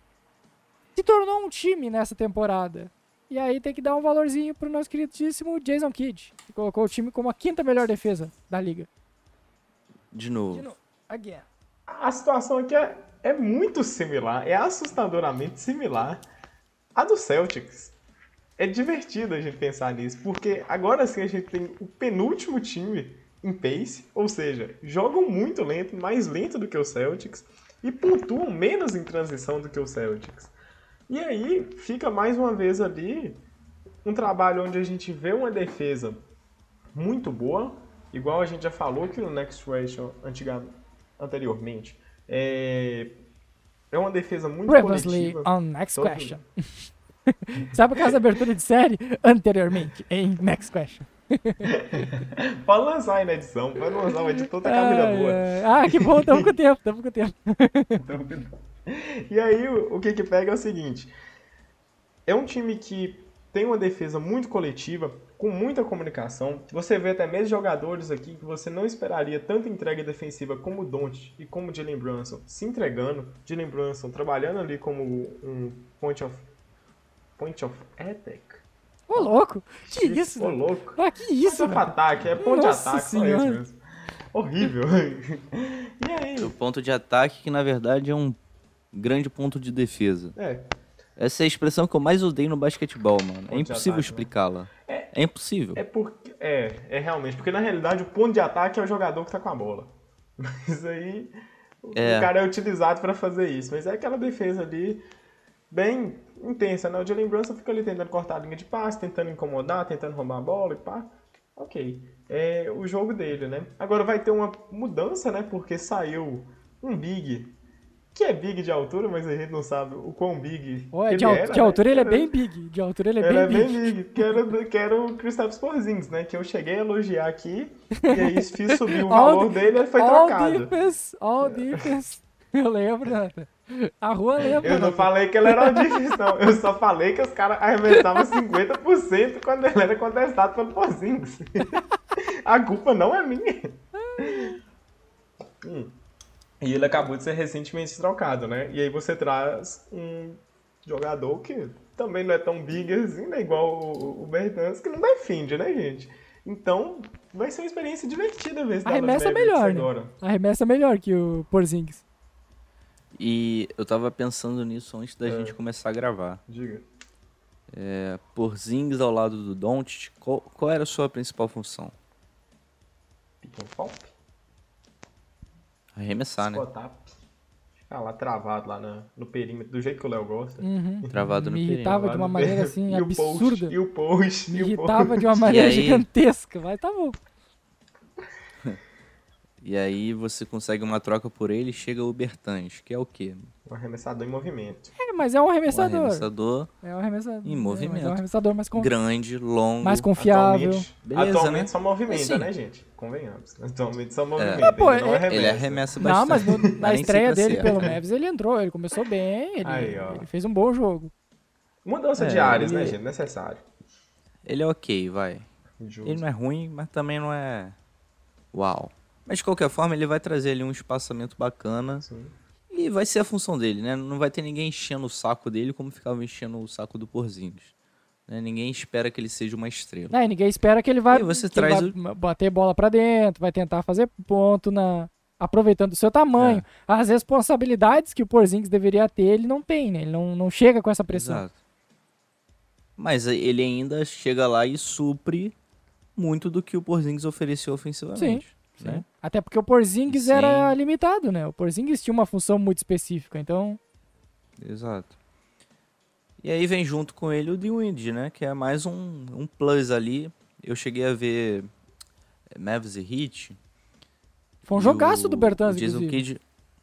se tornou um time nessa temporada. E aí tem que dar um valorzinho pro nosso queridíssimo Jason Kidd, que colocou o time como a quinta melhor defesa da liga. De novo. De novo, again. A situação aqui é, é muito similar, é assustadoramente similar à do Celtics. É divertido a gente pensar nisso, porque agora sim a gente tem o penúltimo time em pace, ou seja, jogam muito lento, mais lento do que o Celtics, e pontuam menos em transição do que o Celtics. E aí fica mais uma vez ali um trabalho onde a gente vê uma defesa muito boa, igual a gente já falou que no Next Question antiga, anteriormente. É, é uma defesa muito Previously coletiva. on Next Todo- Question. Sabe aquela abertura de série? Anteriormente, em Next Question. Pode lançar aí na edição, pode lançar, o editor tá com a mira Ai, boa. ai. Ah, que bom, tamo com tempo, tamo com tempo. E aí o, o que que pega é o seguinte, é um time que tem uma defesa muito coletiva, com muita comunicação. Você vê até mesmo jogadores aqui que você não esperaria tanta entrega defensiva como o Doncic e como o Jalen Brunson se entregando. Jalen Brunson trabalhando ali como um point of, point of attack. Ô, louco, que isso? Ô, né? louco. Ah, que isso, Point of né? ataque, é ponto de Nossa ataque, só Senhora. isso mesmo. Horrível. E aí? O ponto de ataque que na verdade é um grande ponto de defesa. É, Essa é a expressão que eu mais odeio no basquetebol, mano. É de impossível ataque, né? explicá-la. É impossível. É porque. É, é realmente. Porque na realidade o ponto de ataque é o jogador que tá com a bola. Mas aí. O É. cara é utilizado pra fazer isso. Mas é aquela defesa ali bem intensa, né? O Jalen Brunson fica ali tentando cortar a linha de passe, tentando incomodar, tentando roubar a bola e pá. Ok. É o jogo dele, né? Agora vai ter uma mudança, né? Porque saiu um Big. Que é Big de altura, mas a gente não sabe o quão Big. Ó, ele de, al- era, de né? altura ele é Era- bem big. De altura ele é Ela é bem bem big. big, que era, do- que era o Kristaps Porzingis, né? Que eu cheguei a elogiar aqui, e aí fiz subir o All valor de- dele e ele foi all trocado. defense, all defense. Eu lembro, Nata. A rua lembra. Eu não Nata. falei que ele era o difícil, não. Eu só falei que os caras arremessavam cinquenta por cento quando ele era contestado pelo Porzingis. A culpa não é minha. Hum. E ele acabou de ser recentemente trocado, né? E aí você traz um jogador que também não é tão big assim, né? Igual o, o Bertans, que não defende, né, gente? Então, vai ser uma experiência divertida ver esse Dallas Arremessa Mavericks melhor, né? agora. Arremessa melhor que o Porzingis. E eu tava pensando nisso antes da É. gente começar a gravar. Diga. É, Porzingis ao lado do Doncic, qual, qual era a sua principal função? Pick and pop? Arremessar, né? Spot up. Ficar lá travado lá na- no perímetro, do jeito que o Léo gosta. Uhum. Travado no Me perímetro. irritava de uma Travado no maneira perímetro. assim E o post, absurda. E o post. Me e o irritava post. de uma maneira aí? gigantesca, mas tá bom. E aí você consegue uma troca por ele e chega o Bertans, que é o quê? Um arremessador em movimento. É, mas é um Um arremessador. arremessador É um arremessador. Em é, movimento. mas é um arremessador mais, con- grande, longo. mais confiável. Atualmente, Beleza, atualmente né? só movimenta, Assim. né, gente? Convenhamos. Atualmente só movimenta, Ah, pô, ele não é- arremessa. Ele arremessa Não, mas bastante. no- na nem estreia sempre dele acerta. pelo Mavis ele entrou, ele começou bem, ele, Aí, ó. ele fez um bom jogo. Mudança É, de áreas, ele- né, gente? Necessário. Ele é ok, vai. Justo. Ele não é ruim, mas também não é uau. Mas de qualquer forma, ele vai trazer ali um espaçamento bacana Sim. E vai ser a função dele, né? Não vai ter ninguém enchendo o saco dele como ficava enchendo o saco do Porzingis. Né? Ninguém espera que ele seja uma estrela. É, ninguém espera que ele vai, E você que ele traz vai bater bola pra dentro, vai tentar fazer ponto, na, aproveitando o seu tamanho. É. As responsabilidades que o Porzingis deveria ter, ele não tem, né? Ele não, não chega com essa pressão. Exato. Mas ele ainda chega lá e supre muito do que o Porzingis ofereceu ofensivamente. Sim, né? sim. Até porque o Porzingis Sim. era limitado, né? O Porzingis tinha uma função muito específica, então... Exato. E aí vem junto com ele o D-Wind, né? Que é mais um, um plus ali. Eu cheguei a ver Mavs e Heat. Foi um e jogaço o- do Bertans, o Jason inclusive. Kidd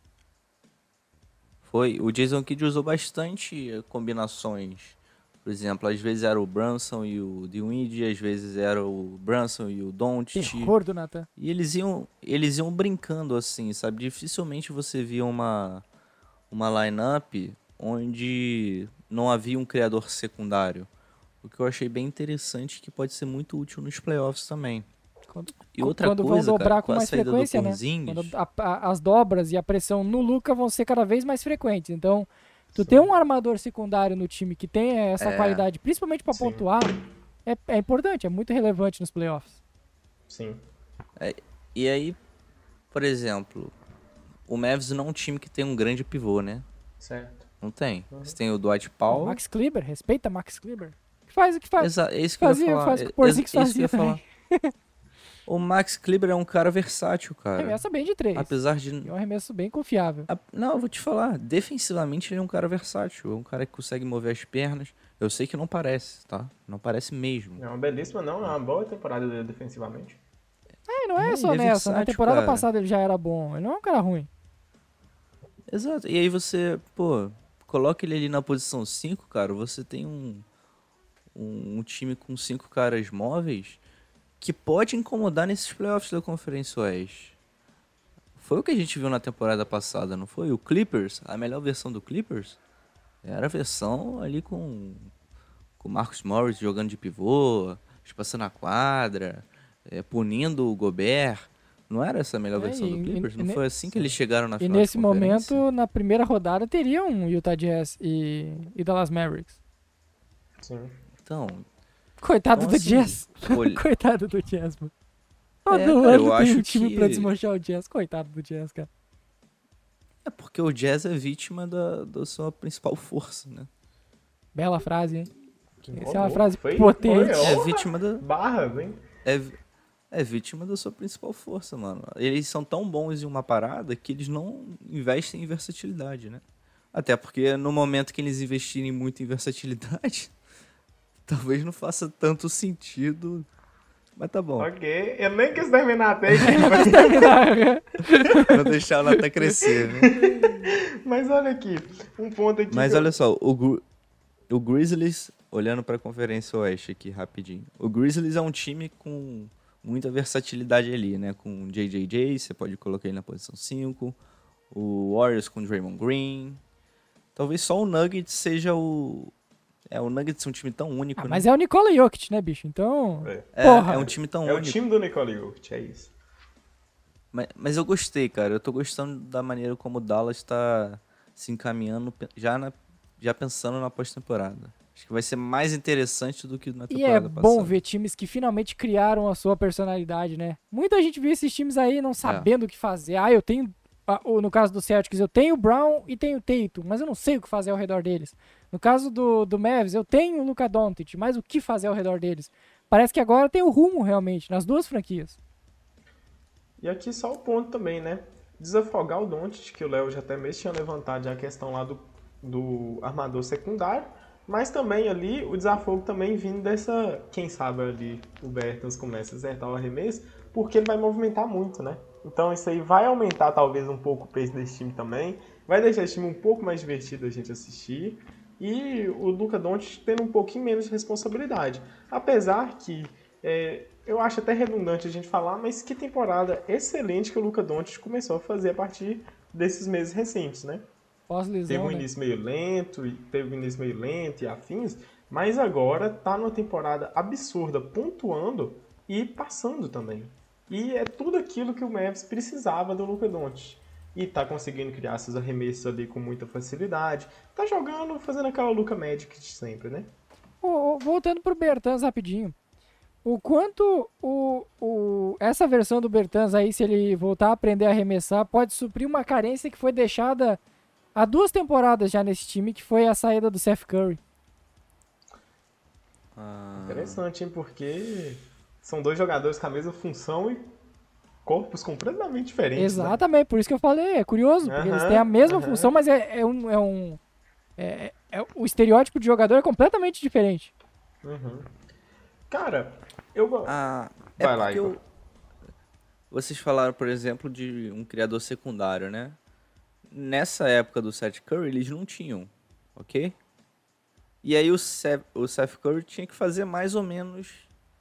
Foi. O Jason Kidd usou bastante eh, combinações. Por exemplo, às vezes era o Brunson e o D-Wind, às vezes era o Brunson e o Doncic. Terror do Nathan. E eles iam, eles iam brincando assim, sabe? Dificilmente você via uma, uma line-up onde não havia um criador secundário. O que eu achei bem interessante que pode ser muito útil nos playoffs também. Quando, E outra quando coisa, vão dobrar cara, com com a mais saída do frequência, né? Porzingis- Quando a- a- as dobras e a pressão no Luka vão ser cada vez mais frequentes. Então, tu Sim. ter um armador secundário no time que tem essa É. qualidade, principalmente pra Sim. pontuar, é, é importante, é muito relevante nos playoffs. Sim. E aí, por exemplo, o Mavs não é um time que tem um grande pivô, né? Certo. Não tem. Você tem o Dwight Powell. Max Kleber, respeita Max Kleber. Que faz o que faz. Exa é isso que eu Fazia, ia falar. faz o que o É- Porzingis é isso que eu ia fazia falar. O Max Kleber é um cara versátil, cara. Arremessa bem de três. Apesar de... E um arremesso bem confiável. A- Não, eu vou te falar. Defensivamente ele é um cara versátil. É um cara que consegue mover as pernas. Eu sei que não parece, tá? Não parece mesmo. É uma belíssima, não. É uma boa temporada dele defensivamente. É, não é, É, só ele é nessa. Na versátil, temporada cara. passada ele já era bom. Ele não é um cara ruim. Exato. E aí você, pô, coloca ele ali na posição cinco, cara. Você tem um, um, um time com cinco caras móveis que pode incomodar nesses playoffs da Conferência Oeste. Foi o que a gente viu na temporada passada, não foi? O Clippers, a melhor versão do Clippers, era a versão ali com com o Marcus Morris jogando de pivô, espaçando a quadra, é, punindo o Gobert. Não era essa a melhor É, versão e- do Clippers? e- Não e foi assim que eles chegaram na E final de nesse conferência? momento, na primeira rodada, teria um Utah Jazz e, e Dallas Mavericks. Sim. Então, Coitado Então, do assim, Jazz. olha- Coitado do Jazz, mano. Todo É, cara, ano eu tem um acho time que- pra desmanchar o Jazz. Coitado do Jazz, cara. é porque o Jazz é vítima da, da sua principal força, né? Bela frase, hein? Que Essa bom, é uma frase foi- potente. foi, É ó, vítima da, Barras, hein? é, é vítima da sua principal força, mano. Eles são tão bons em uma parada que eles não investem em versatilidade, né? Até porque no momento que eles investirem muito em versatilidade, talvez não faça tanto sentido. Mas tá bom. Ok, eu nem quis terminar até aqui, Não deixar ela até crescer, né? mas olha aqui, um ponto aqui. Mas que eu- olha só, o, Gri- o Grizzlies, olhando pra Conferência Oeste aqui rapidinho. O Grizzlies é um time com muita versatilidade ali, né? Com o J J J, você pode colocar ele na posição cinco. O Warriors com o Draymond Green. Talvez só o Nuggets seja o... É, o Nuggets é um time tão único, Ah, né? mas é o Nikola Jokic, né, bicho? Então. É, É, porra. é um time tão é o único. time do Nikola Jokic, é isso. Mas, mas eu gostei, cara. Eu tô gostando da maneira como o Dallas tá se encaminhando pe- já, na, já pensando na pós-temporada. Acho que vai ser mais interessante do que na E é temporada bom passada. ver times que finalmente criaram a sua personalidade, né? Muita gente viu esses times aí É. não sabendo o que fazer. Ah, eu tenho. ah, ou no caso do Celtics, eu tenho o Brown e tenho o Tatum, mas eu não sei o que fazer ao redor deles. No caso do, do Mavs, eu tenho o Luka Doncic, mas o que fazer ao redor deles? Parece que agora tem o rumo, realmente, nas duas franquias. E aqui só o ponto também, né? Desafogar o Doncic, que o Léo já até mesmo tinha levantado já a questão lá do, do armador secundário, mas também ali o desafogo também vindo dessa, quem sabe ali o Bertans começa a acertar o arremesso, porque ele vai movimentar muito, né? Então isso aí vai aumentar talvez um pouco o peso desse time também, vai deixar esse time um pouco mais divertido a gente assistir, e o Luka Doncic tendo um pouquinho menos de responsabilidade. Apesar que, é, eu acho até redundante a gente falar, mas que temporada excelente que o Luka Doncic começou a fazer a partir desses meses recentes, né? Teve Pós-lesão, um né? início meio lento, e teve um início meio lento e afins, mas agora tá numa temporada absurda, pontuando e passando também. E é tudo aquilo que o Mavs precisava do Luka Doncic. e tá conseguindo criar esses arremessos ali com muita facilidade. Tá jogando, fazendo aquela Luka Magic de sempre, né? Ô, ô, voltando pro Bertans rapidinho. O quanto o, o, essa versão do Bertans aí, se ele voltar a aprender a arremessar, pode suprir uma carência que foi deixada há duas temporadas já nesse time, que foi a saída do Seth Curry. Ah, Interessante, hein? Porque são dois jogadores com a mesma função e corpos completamente diferentes. Exatamente, por isso que eu falei, é curioso, porque eles Aham, têm a mesma aham. função, mas é, é um... É um é, é- o estereótipo de jogador é completamente diferente. Né? Uhum. Cara, eu gosto. ah, é Vai lá, porque Igor. eu- vocês falaram, por exemplo, de um criador secundário, né? Nessa época do Seth Curry, eles não tinham, ok? E aí o Seth, o Seth Curry tinha que fazer mais ou menos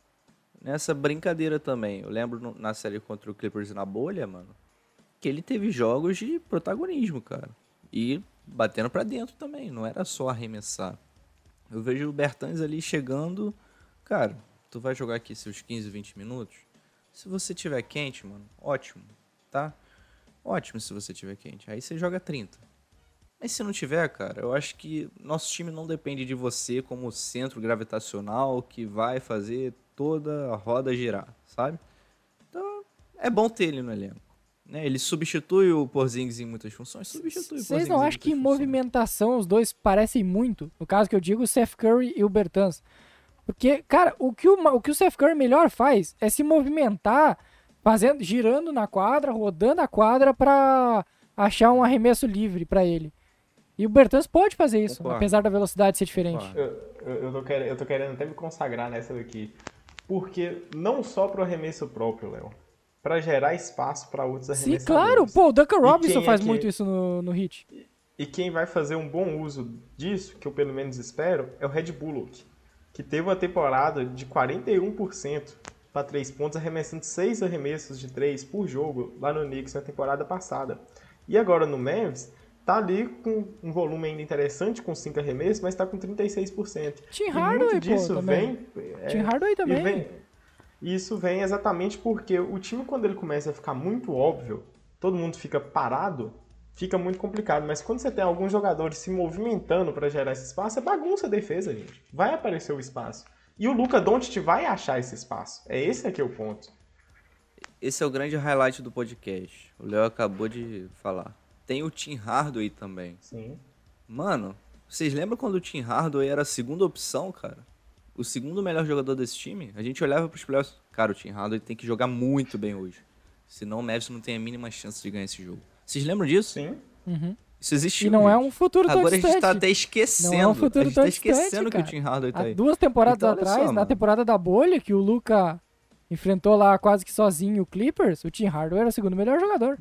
nessa brincadeira também. Eu lembro no- na série contra o Clippers na bolha, mano, que ele teve jogos de protagonismo, cara. E batendo pra dentro também, não era só arremessar. Eu vejo o Bertans ali chegando, cara, tu vai jogar aqui seus quinze, vinte minutos? Se você tiver quente, mano, ótimo, tá? Ótimo se você tiver quente. Aí você joga trinta. Mas se não tiver, cara, eu acho que nosso time não depende de você como centro gravitacional que vai fazer toda a roda girar, sabe? Então, é bom ter ele no elenco. Né? Ele substitui o Porzingis em muitas funções? Substitui o Vocês Porzingis não em acham que em muitas funções. movimentação os dois parecem muito? No caso que eu digo, o Seth Curry e o Bertans. Porque, cara, o que o, Ma- o que o Seth Curry melhor faz é se movimentar, fazendo, girando na quadra, rodando a quadra pra achar um arremesso livre pra ele. E o Bertans pode fazer isso, Concordo. apesar da velocidade ser diferente. Concordo. Eu, eu, eu tô querendo, eu tô querendo até me consagrar nessa daqui. Porque não só pro arremesso próprio, Léo. Pra gerar espaço pra outros Sim, arremessadores. claro. Pô, o Duncan E Robinson quem é faz que- muito isso no, no Heat. E quem vai fazer um bom uso disso, que eu pelo menos espero, é o Red Bullock, que teve uma temporada de quarenta e um por cento para três pontos, arremessando seis arremessos de três por jogo lá no Knicks na temporada passada. E agora no Mavs, tá ali com um volume ainda interessante, com cinco arremessos, mas tá com trinta e seis por cento. Tim E Hardaway, muito pô, disso também. vem... é, Tim Hardaway e também. vem- Isso vem exatamente porque o time, quando ele começa a ficar muito óbvio, todo mundo fica parado, fica muito complicado. Mas quando você tem alguns jogadores se movimentando para gerar esse espaço, é bagunça a defesa, gente. Vai aparecer o espaço. E o Luka Doncic vai achar esse espaço. É esse aqui o ponto. Esse é o grande highlight do podcast. O Léo acabou de falar. Tem o Tim Hardaway também. Sim. Mano, vocês lembram quando o Tim Hardaway era a segunda opção, cara? O segundo melhor jogador desse time? A gente olhava pros playoffs. Cara, o Tim Hardaway tem que jogar muito bem hoje. Senão o Mavs não tem a mínima chance de ganhar esse jogo. Vocês lembram disso? Sim. Uhum. Isso existiu. E não é gente. um futuro tão Agora a gente distante. tá até esquecendo. Não é um futuro a gente tão tá esquecendo distante, que o cara. Tim Hardaway tá Há aí. duas temporadas Então, olha atrás, só, na mano. temporada da bolha, que o Luka enfrentou lá quase que sozinho o Clippers, o Tim Hardaway era o segundo melhor jogador.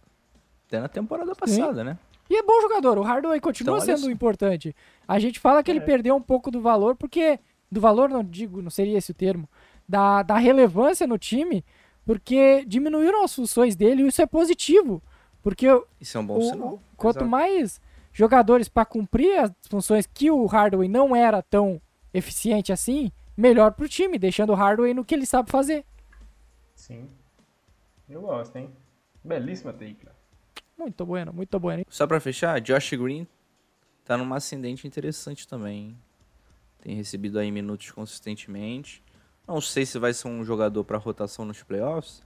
Até na temporada passada, né? E é bom jogador, o Hardaway continua Então, olha sendo só. importante. A gente fala que ele É. perdeu um pouco do valor, porque... Do valor, não digo, não seria esse o termo. Da, da relevância no time, porque diminuíram as funções dele e isso é positivo. Porque Isso é um bom o- sinal. o- quanto Exato. mais jogadores para cumprir as funções que o Hardaway não era tão eficiente assim, melhor pro time, deixando o Hardaway no que ele sabe fazer. Sim. Eu gosto, hein? Belíssima take. Muito bueno, muito bueno. Só pra fechar, Josh Green tá numa ascendente interessante também, hein? Tem recebido aí minutos consistentemente. Não sei se vai ser um jogador pra rotação nos playoffs,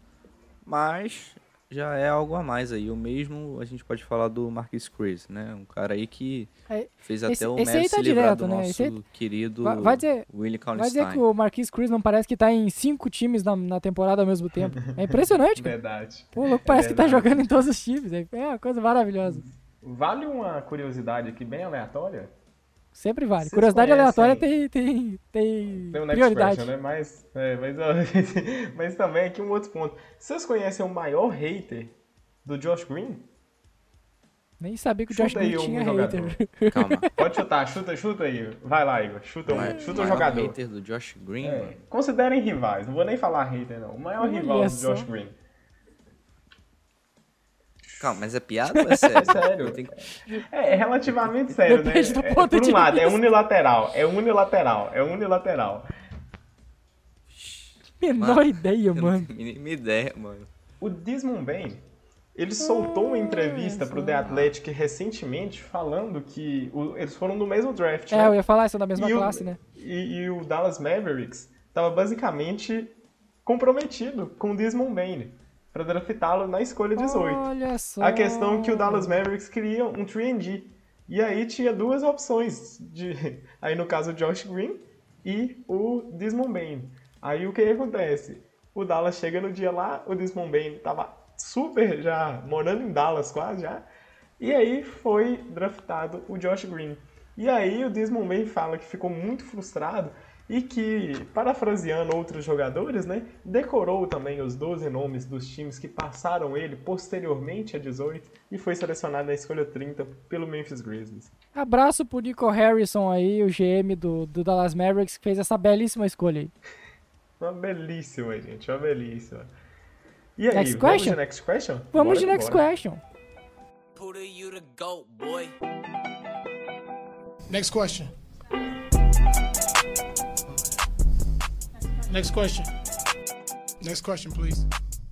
mas já é algo a mais aí. O mesmo a gente pode falar do Marquis Chris, né? Um cara aí que É, fez esse- até o esse aí Mavs tá se livrar direto, do né? nosso Esse aí- querido Vai- vai dizer- Willie Vai dizer Cauley-Stein. que o Marquis Chris não parece que tá em cinco times na, na temporada ao mesmo tempo. É impressionante, cara. Verdade. Pô, o louco parece que tá verdade. jogando em todos os times. É é uma coisa maravilhosa. Vale uma curiosidade aqui bem aleatória? Sempre vale. Vocês Curiosidade conhecem- aleatória tem, tem, tem Tem o next prioridade. question, né? Mas, é, mas, ó, mas também aqui um outro ponto. Vocês conhecem o maior hater do Josh Green? Nem sabia que o Chuta Josh aí Green um tinha jogador. hater. Calma. Pode chutar, chuta, chuta aí. Vai lá, Igor. Chuta, um, Maior- chuta o maior jogador. hater do Josh Green, É, mano. considerem rivais, não vou nem falar hater, não. O maior Olha rival do só. Josh Green. Calma, mas é piada ou é sério? É sério. Eu tenho que- É, é relativamente sério, né? Depende do É, ponto por um de lado, é vista. unilateral, é unilateral, é unilateral. Menor Mano, ideia, eu não mano. tenho a mínima ideia, mano. O Desmond Bain Ele soltou uma entrevista pro The só. Athletic recentemente falando que o- eles foram no mesmo draft, É, né? eu ia falar, são da mesma E o- classe, né? E, e o Dallas Mavericks estava basicamente comprometido com o Desmond Bane para draftá-lo na escolha dezoito. Olha só. A questão é que o Dallas Mavericks queria um três and D. E aí tinha duas opções. De, aí no caso o Josh Green e o Desmond Bane. Aí o que acontece? O Dallas chega no dia lá, o Desmond Bane tava super já, morando em Dallas quase já. E aí foi draftado o Josh Green. E aí o Desmond Bane fala que ficou muito frustrado e que, parafraseando outros jogadores, né, decorou também os doze nomes dos times que passaram ele posteriormente a dezoito e foi selecionado na escolha trinta pelo Memphis Grizzlies. Abraço pro Nico Harrison aí, o G M do, do Dallas Mavericks, que fez essa belíssima escolha aí. Uma belíssima, gente, uma belíssima. E aí, Next vamos question? de next question? Vamos Bora de que next bora. question. Puda, you the goat, boy. Next question. Next question. Next question, please.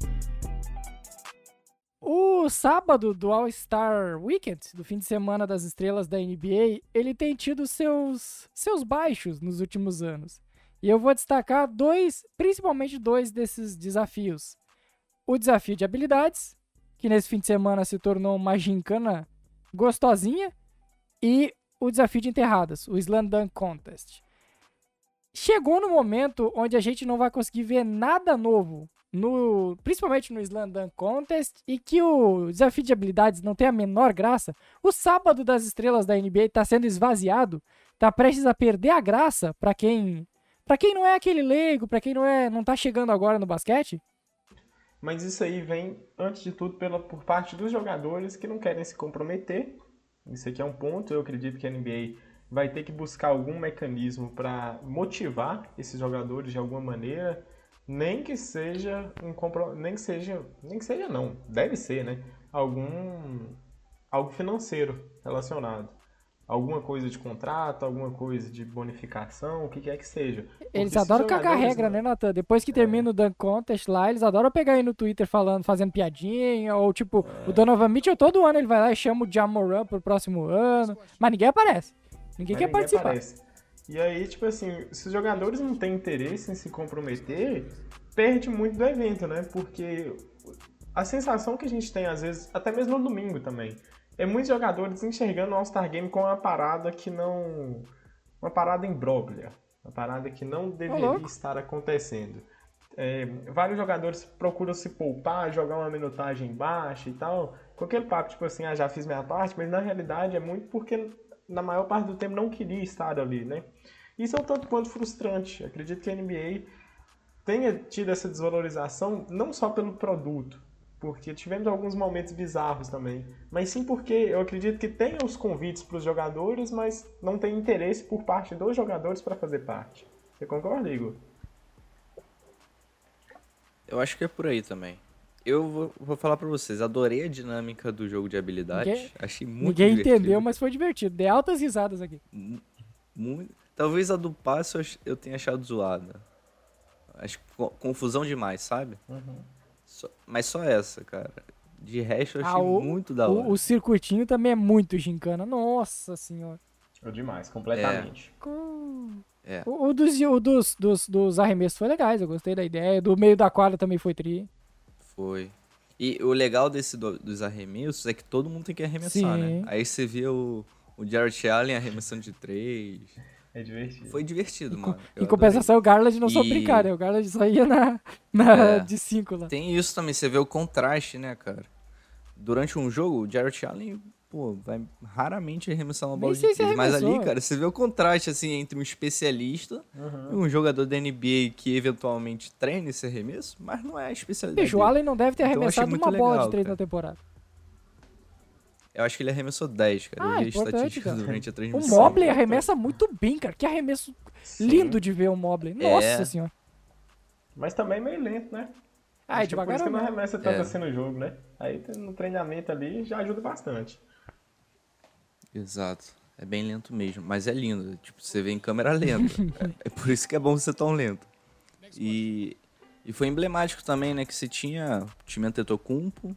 O sábado do All-Star Weekend, do fim de semana das estrelas da N B A, ele tem tido seus, seus baixos nos últimos anos. E eu vou destacar dois, principalmente dois desses desafios. O desafio de habilidades, que nesse fim de semana se tornou uma gincana gostosinha, e o desafio de enterradas, o Slam Dunk Contest. Chegou no momento onde a gente não vai conseguir ver nada novo, no, principalmente no Slam Dunk Contest, e que o desafio de habilidades não tem a menor graça. O sábado das estrelas da N B A está sendo esvaziado, está prestes a perder a graça para quem, para quem não é aquele leigo, para quem não é, não tá chegando agora no basquete. Mas isso aí vem, antes de tudo, pela, por parte dos jogadores que não querem se comprometer. Isso aqui é um ponto. Eu acredito que a N B A vai ter que buscar algum mecanismo para motivar esses jogadores de alguma maneira, nem que seja um compro... nem que seja, nem que seja não, deve ser, né? Algum algo financeiro relacionado. Alguma coisa de contrato, alguma coisa de bonificação, o que quer que seja. Eles Porque adoram esses cagar jogadores, regra, né, Nathan? Depois que termina o Dunk Contest lá, eles adoram pegar aí no Twitter falando, fazendo piadinha, ou tipo, o Donovan Mitchell todo ano ele vai lá e chama o Ja Morant pro próximo ano, mas ninguém aparece. Ninguém Mas quer ninguém participar. aparece. E aí, tipo assim, se os jogadores não têm interesse em se comprometer, perde muito do evento, né? Porque a sensação que a gente tem, às vezes, até mesmo no domingo também, é muitos jogadores enxergando o All-Star Game como uma parada que não... uma parada imbróglia. Uma parada que não deveria louco. estar acontecendo. É, vários jogadores procuram se poupar, jogar uma minutagem baixa e tal, com aquele papo, tipo assim, ah, já fiz minha parte, mas na realidade é muito porque na maior parte do tempo não queria estar ali, né? Isso é um tanto quanto frustrante. Acredito que a N B A tenha tido essa desvalorização não só pelo produto, porque tivemos alguns momentos bizarros também, mas sim porque eu acredito que tem os convites para os jogadores, mas não tem interesse por parte dos jogadores para fazer parte. Você concorda, Igor? Eu acho que é por aí também. Eu vou, vou falar pra vocês, adorei a dinâmica do jogo de habilidade. Ninguém- Achei muito Ninguém divertido. entendeu, mas foi divertido. Dei altas risadas aqui. Muito. Talvez a do passe eu ach- eu tenha achado zoada. Acho que co- confusão demais, sabe? Só- mas só essa, cara. De resto eu achei Ah, o- muito da hora. O, o circuitinho também é muito gincana. Nossa senhora. É demais, completamente. É. O, o dos, o dos, dos, dos arremessos foi legais, eu gostei da ideia. Do meio da quadra também foi tri. Foi. E o legal desse do- dos arremessos é que todo mundo tem que arremessar, Sim. né? Aí você vê o, o Jarrett Allen arremessando de três. É divertido. Foi divertido, mano. Eu Em compensação, o Garland não soube E- brincar, né? O Garland só ia na, na É. de cinco lá. Tem isso também, você vê o contraste, né, cara? Durante um jogo, o Jarrett Allen, pô, vai raramente arremessar uma Nem bola de sei se três. Mas ali, arremessou. cara, você vê o contraste, assim, entre um especialista e um jogador da N B A que eventualmente treina esse arremesso, mas não é a especialidade Bicho, o dele. Allen não deve ter Então, eu achei arremessado muito uma bola legal, de três cara. na temporada. Eu acho que ele arremessou dez, cara. Ah, Eu vi a importante, estatística cara. durante a O transmissão. Mobley arremessa muito bem, cara. Que arremesso Sim. lindo de ver o Mobley. É. Nossa senhora. Mas também meio lento, né? Ah, é Acho que é por devagar isso que não não. arremessa tanto É. assim no jogo, né? Aí no treinamento ali já ajuda bastante. Exato. É bem lento mesmo, mas é lindo. Tipo, você vê em câmera lenta. é, é por isso que é bom ser tão lento. E, e foi emblemático também, né? Que você tinha o time Antetokounmpo,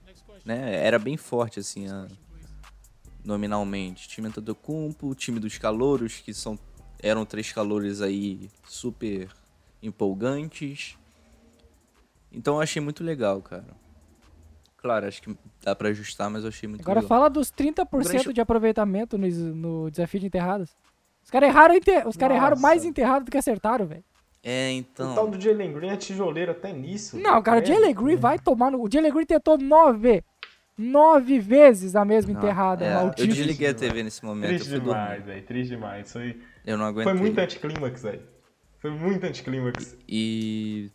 né? Era bem forte, assim, a... nominalmente. Time Antetokounmpo, time dos calouros, que são... eram três calouros aí super empolgantes. Então eu achei muito legal, cara. Claro, acho que dá pra ajustar, mas eu achei muito Agora legal. fala dos trinta por cento grande- de aproveitamento no, no desafio de enterradas. Os caras erraram, enter... Os caras erraram Nossa. mais enterrado do que acertaram, velho. É, O então... tal do Jalen Green é tijoleiro até nisso. Não, cara, o credo. Jalen Green vai tomar no... O Jalen Green tentou nove, nove vezes a mesma Não, enterrada, é, maldito. eu desliguei a T V nesse momento, Triste eu fui demais, dormir. velho. Triste demais. Foi, Eu não aguentei. foi muito anticlímax, velho. Foi muito anticlímax. E...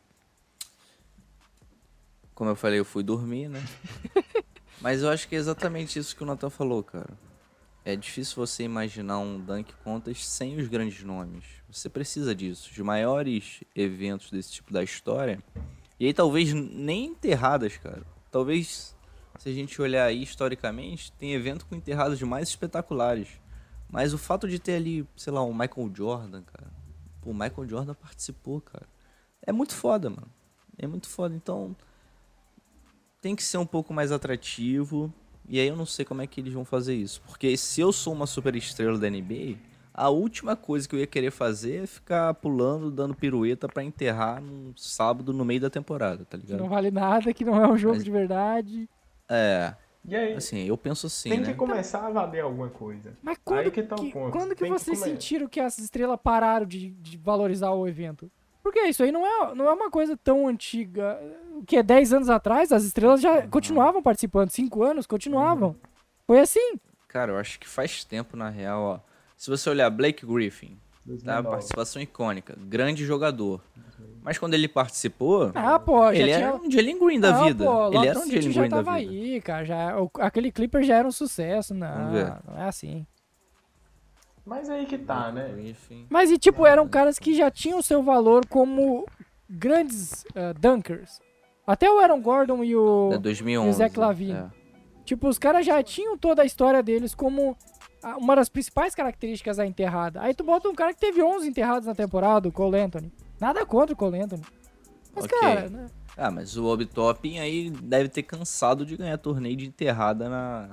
Como eu falei, eu fui dormir, né? Mas eu acho que é exatamente isso que o Nathan falou, cara. É difícil você imaginar um Dunk Contest sem os grandes nomes. Você precisa disso, de maiores eventos desse tipo da história. E aí talvez nem enterradas, cara. Talvez, se a gente olhar aí historicamente, tem evento com enterradas mais espetaculares. Mas o fato de ter ali, sei lá, um Michael Jordan, cara. Pô, o Michael Jordan participou, cara. É muito foda, mano. É muito foda. Então, tem que ser um pouco mais atrativo. E aí eu não sei como é que eles vão fazer isso. Porque se eu sou uma super estrela da N B A, a última coisa que eu ia querer fazer é ficar pulando, dando pirueta pra enterrar num sábado no meio da temporada, tá Que ligado? não vale nada, que não é um jogo Mas- de verdade. É, E aí, assim, eu penso assim, tem né? que começar a valer alguma coisa. Mas quando Aí que tá o que, ponto. quando que Tem que vocês come- sentiram que as estrelas pararam de, de valorizar o evento? Porque isso aí não é, não é uma coisa tão antiga. O que é dez anos atrás, as estrelas já continuavam participando. cinco anos, continuavam. Foi assim. Cara, eu acho que faz tempo, na real, ó. Se você olhar Blake Griffin, dois mil e tá? nove. Participação icônica, grande jogador. Mas quando ele participou, Ah, pô, já ele tinha... era um Jalen Green da Não, vida. pô, ele Lob era um City Jalen já Green da tava vida. aí, cara. Já, o- aquele Clipper já era um sucesso. Não, Vamos ver. não é assim. Mas aí que tá, né? Griffin. Mas e tipo, eram caras que já tinham seu valor como grandes ah, dunkers. Até o Aaron Gordon e o... É dois mil e onze. e o Zach LaVine. É. Tipo, os caras já tinham toda a história deles como ah, uma das principais características da enterrada. Aí tu bota um cara que teve onze enterrados na temporada, o Cole Anthony. Nada contra o Cole Anthony. Mas, Ok. cara, né? Ah, mas o Obi Toppin aí deve ter cansado de ganhar torneio de enterrada na...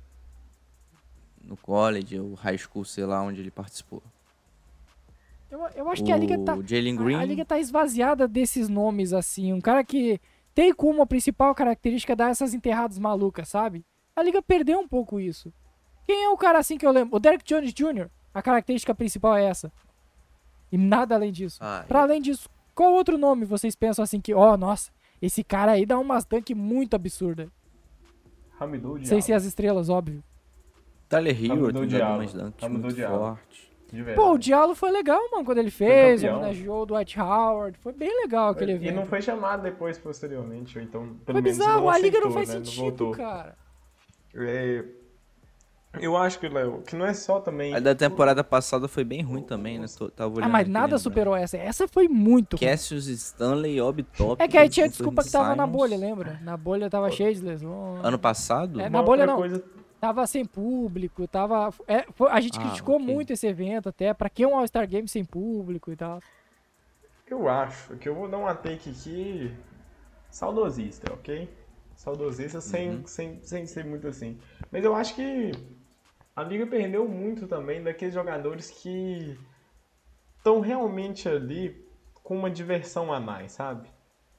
no college ou high school, sei lá, onde ele participou. Eu, eu acho que a liga tá... O Jalen A, Green... a liga tá esvaziada desses nomes, assim. Um cara que tem como a principal característica dar essas enterradas malucas, sabe? A liga perdeu um pouco isso. Quem é o cara assim que eu lembro? O Derrick Jones Júnior A característica principal é essa. E nada além disso. Ah, Pra além disso, qual outro nome vocês pensam assim que, ó, nossa, esse cara aí dá umas dunk muito absurda. Hamidou Sem Diallo. ser as estrelas, óbvio. Tyler Hero Mudou tem o dado Diallo. umas dunks Mudou o muito Diallo. fortes. De verdade. Pô, o Diallo foi legal, mano, quando ele fez, campeão. homenageou o Dwight Howard. Foi bem legal aquele E evento. não foi chamado depois, posteriormente, ou então, pelo Foi menos bizarro, não a liga não aceitou, faz né? Não sentido, voltou. cara. É, eu acho que, Léo, que não é só também... A da temporada passada foi bem ruim também, né? Tô- Tava olhando Ah, mas aqui, nada lembrando. superou essa. Essa foi muito ruim. Cassius Stanley, Obi Toppin. É que aí tinha Anthony desculpa que tava na Simons. bolha, lembra? Na bolha tava cheio de lesões. Ano passado? É, Uma na bolha outra não. coisa... Tava sem público, tava... é, foi- a gente Ah, criticou ok. muito esse evento até. Pra que um All-Star Game sem público e tal? Eu acho que eu vou dar uma take aqui saudosista, ok? Saudosista sem, Uhum. sem, sem ser muito assim. Mas eu acho que a liga perdeu muito também daqueles jogadores que estão realmente ali com uma diversão a mais, sabe?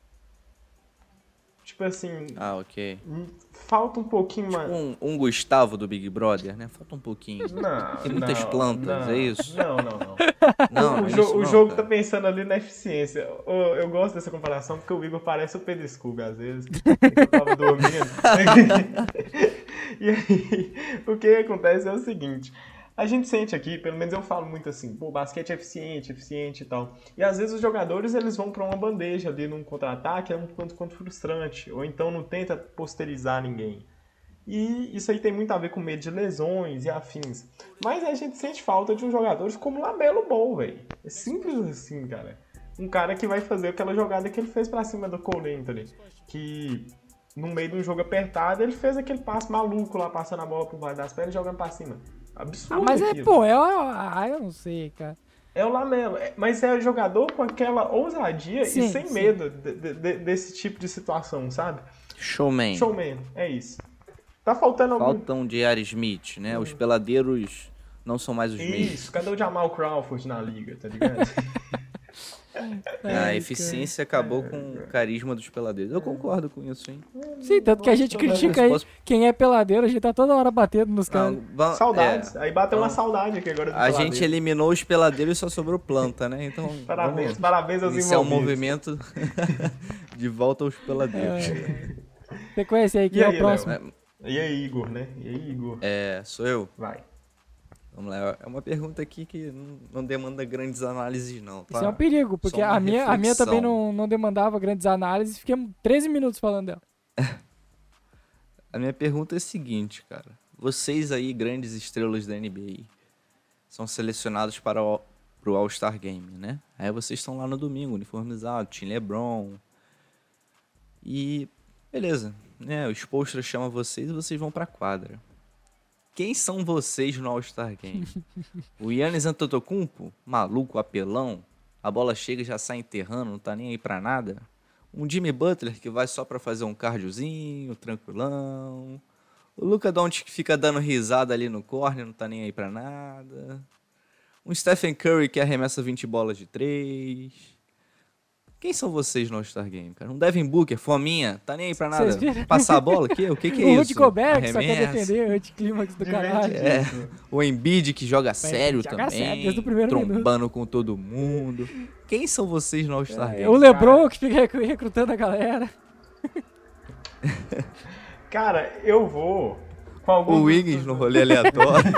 Tipo assim, Ah, ok. falta um pouquinho mais... Um, um Gustavo do Big Brother, né? Falta um pouquinho. Não, Tem muitas não, plantas, não, é isso? Não, não, não. Não, não o é jo- isso o não, jogo cara. tá pensando ali na eficiência. Ô, Eu gosto dessa comparação porque o Igor parece o Pedro Scooby às vezes. Eu tava dormindo. E aí, o que acontece é o seguinte. A gente sente aqui, pelo menos eu falo muito assim, pô, basquete é eficiente, eficiente e tal. E às vezes os jogadores eles vão pra uma bandeja ali num contra-ataque, é um tanto quanto frustrante. Ou então não tenta posterizar ninguém. E isso aí tem muito a ver com medo de lesões e afins. Mas a gente sente falta de um jogador como Lamelo Ball, velho. É simples assim, cara. Um cara que vai fazer aquela jogada que ele fez pra cima do Cole Anthony. Que no meio de um jogo apertado, ele fez aquele passe maluco lá, passando a bola por baixo das pernas e jogando pra cima. Absurdo Ah, mas é, aquilo. pô, é... Ah, eu não sei, cara. É o Lamelo, é- mas é o jogador com aquela ousadia Sim, e sem sim. medo de- de- de- desse tipo de situação, sabe? Showman. Showman, é isso. Tá faltando algum... Faltam J R. Smith, né? Os peladeiros não são mais os mesmos. Isso, cadê o Jamal Crawford na liga, tá ligado? A eficiência acabou com o carisma dos peladeiros. Eu concordo com isso, hein? Sim, tanto que a gente critica aí Posso- quem é peladeiro, a gente tá toda hora batendo nos caras. Não, va- Saudades. é, Aí bateu uma então, saudade aqui agora do a peladeiro. gente eliminou os peladeiros e só sobrou planta, né? Então, Parabéns, vamos parabéns aos iniciar um envolvidos. movimento de volta aos peladeiros. Você conhece aí quem E é aí, o próximo? Léo? E aí, Igor, né? E aí, Igor? É, sou eu. Vai. Vamos lá. É uma pergunta aqui que não, não demanda grandes análises, não. Tá? Isso é um perigo, porque Só uma a minha, a minha também reflexão. não, não demandava grandes análises, fiquei treze minutos falando dela. A minha pergunta é a seguinte, cara. Vocês aí, grandes estrelas da N B A, são selecionados para o pro All-Star Game, né? Aí vocês estão lá no domingo, uniformizados, Tim LeBron. E beleza, né? O Spoelstra chama vocês e vocês vão pra quadra. Quem são vocês no All-Star Game? O Giannis Antetokounmpo? Maluco, apelão? A bola chega e já sai enterrando, não tá nem aí pra nada? Um Jimmy Butler que vai só pra fazer um cardiozinho, tranquilão? O Luka Doncic que fica dando risada ali no corner, não tá nem aí pra nada? Um Stephen Curry que arremessa vinte bolas de três? Quem são vocês no All-Star Game, cara? Um Devin Booker, fominha, tá nem aí pra nada? Vocês viram? Passar a bola aqui? O que que é o isso? Rudy Gobert, que só quer Arremessa. defender o anticlímax do caralho. É, o Embiid que joga sério joga também, sério desde o primeiro trombando com todo mundo. Quem são vocês no All-Star Game? O LeBron que fica recru- recrutando a galera. Cara, eu vou com algum... O Wiggins no rolê aleatório.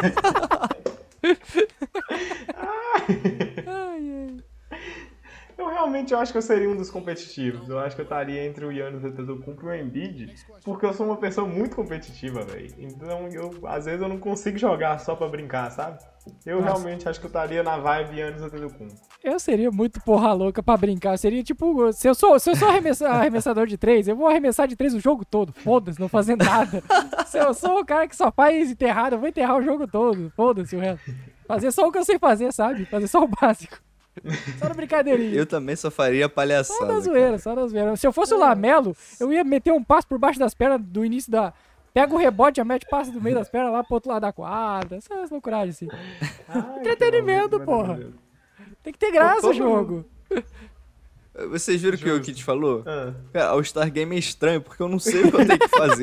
Ai, ai. Eu realmente acho que eu seria um dos competitivos. Eu acho que eu estaria entre o Giannis Antetokounmpo e o Embiid, porque eu sou uma pessoa muito competitiva, velho. Então, eu, às vezes eu não consigo jogar só pra brincar, sabe? Eu Nossa. realmente acho que eu estaria na vibe Giannis Antetokounmpo. Eu seria muito porra louca pra brincar. Seria tipo, se eu sou, se eu sou arremessa- arremessador de três, eu vou arremessar de três o jogo todo. Foda-se, não fazer nada. Se eu sou o cara que só faz enterrado, eu vou enterrar o jogo todo. Foda-se o resto. Fazer só o que eu sei fazer, sabe? Fazer só o básico. Só na brincadeirinha. Eu também só faria palhaçada. Só na cara. zoeira, só na zoeira. Se eu fosse o Lamelo, eu ia meter um passo por baixo das pernas do início da... Pega o rebote, já mete passe do meio das pernas lá pro outro lado da quadra. Essas loucuragens assim. Ai, Entretenimento, que porra. maravilhoso. Tem que ter graça Todo o jogo. Vocês viram o que o Justo. Kit falou? Ah. Cara, All-Star Game é estranho, porque eu não sei o que eu tenho que fazer.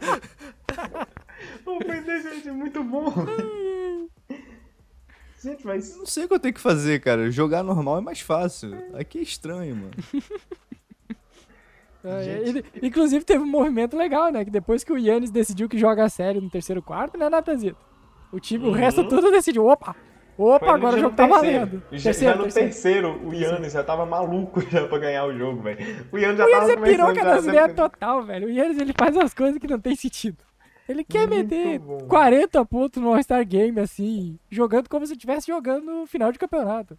Oh, mas, né, gente, é muito bom. Gente, mas... Não sei o que eu tenho que fazer, cara. Jogar normal é mais fácil. Aqui é estranho, mano. É, Gente. ele- inclusive teve um movimento legal, né? Que depois que o Yannis decidiu que joga a sério no terceiro quarto, né, Natanzito? O time, o resto tudo decidiu. Opa! Opa, Foi agora o já jogo no tá terceiro. valendo. Já, Terceiro, já no terceiro. terceiro, o Yannis já tava maluco já pra ganhar o jogo, velho. O Yannis já O tava Yannis é começando piroca já das a ideias defender. total, velho. O Yannis, ele faz as coisas que não tem sentido. Ele quer Muito meter bom. quarenta pontos no All-Star Game, assim, jogando como se estivesse jogando no final de campeonato.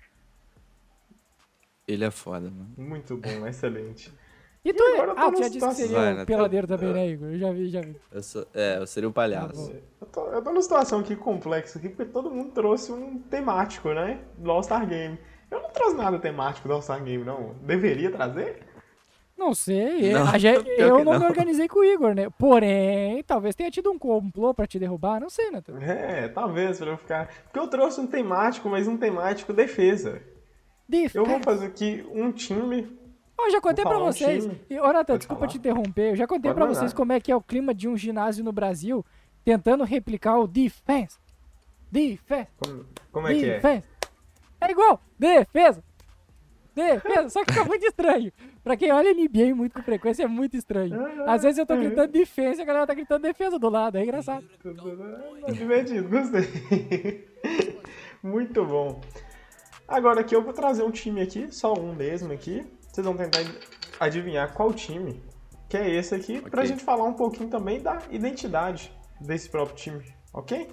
Ele é foda, mano. Muito bom, excelente. E tu, agora eu tô ah, tu numa já disse que situação- seria Vai, o Nath. peladeiro também, né, Igor? Eu já vi, já vi. Eu sou, é, eu seria o palhaço. Tá bom. Eu tô, eu tô numa situação aqui complexa aqui, porque todo mundo trouxe um temático, né? Do All-Star Game. Eu não trouxe nada temático do All-Star Game, não. Deveria trazer? Não sei, Não, a gente- pior eu que não, me não. organizei com o Igor, né? Porém, talvez tenha tido um complô pra te derrubar, não sei, Nathan. É, talvez, pra eu ficar... Porque eu trouxe um temático, mas um temático defesa. Defesa. Eu vou fazer aqui um time... Ó, eu já contei Vou pra falar um vocês. time. E, ô, Nathan, Pode desculpa falar. te interromper. Eu já contei Pode pra mandar. vocês como é que é o clima de um ginásio no Brasil tentando replicar o defense. Defense. Como, como é que é? defense. É igual. Defesa. Defesa. Só que fica muito estranho. Pra quem olha N B A muito com frequência, é muito estranho. Às vezes eu tô gritando defesa e a galera tá gritando defesa do lado. É engraçado. Tá divertido, gostei. Muito bom. Agora aqui eu vou trazer um time aqui, só um mesmo aqui. Vocês vão tentar adivinhar qual time que é esse aqui, pra Ok. gente falar um pouquinho também da identidade desse próprio time, ok?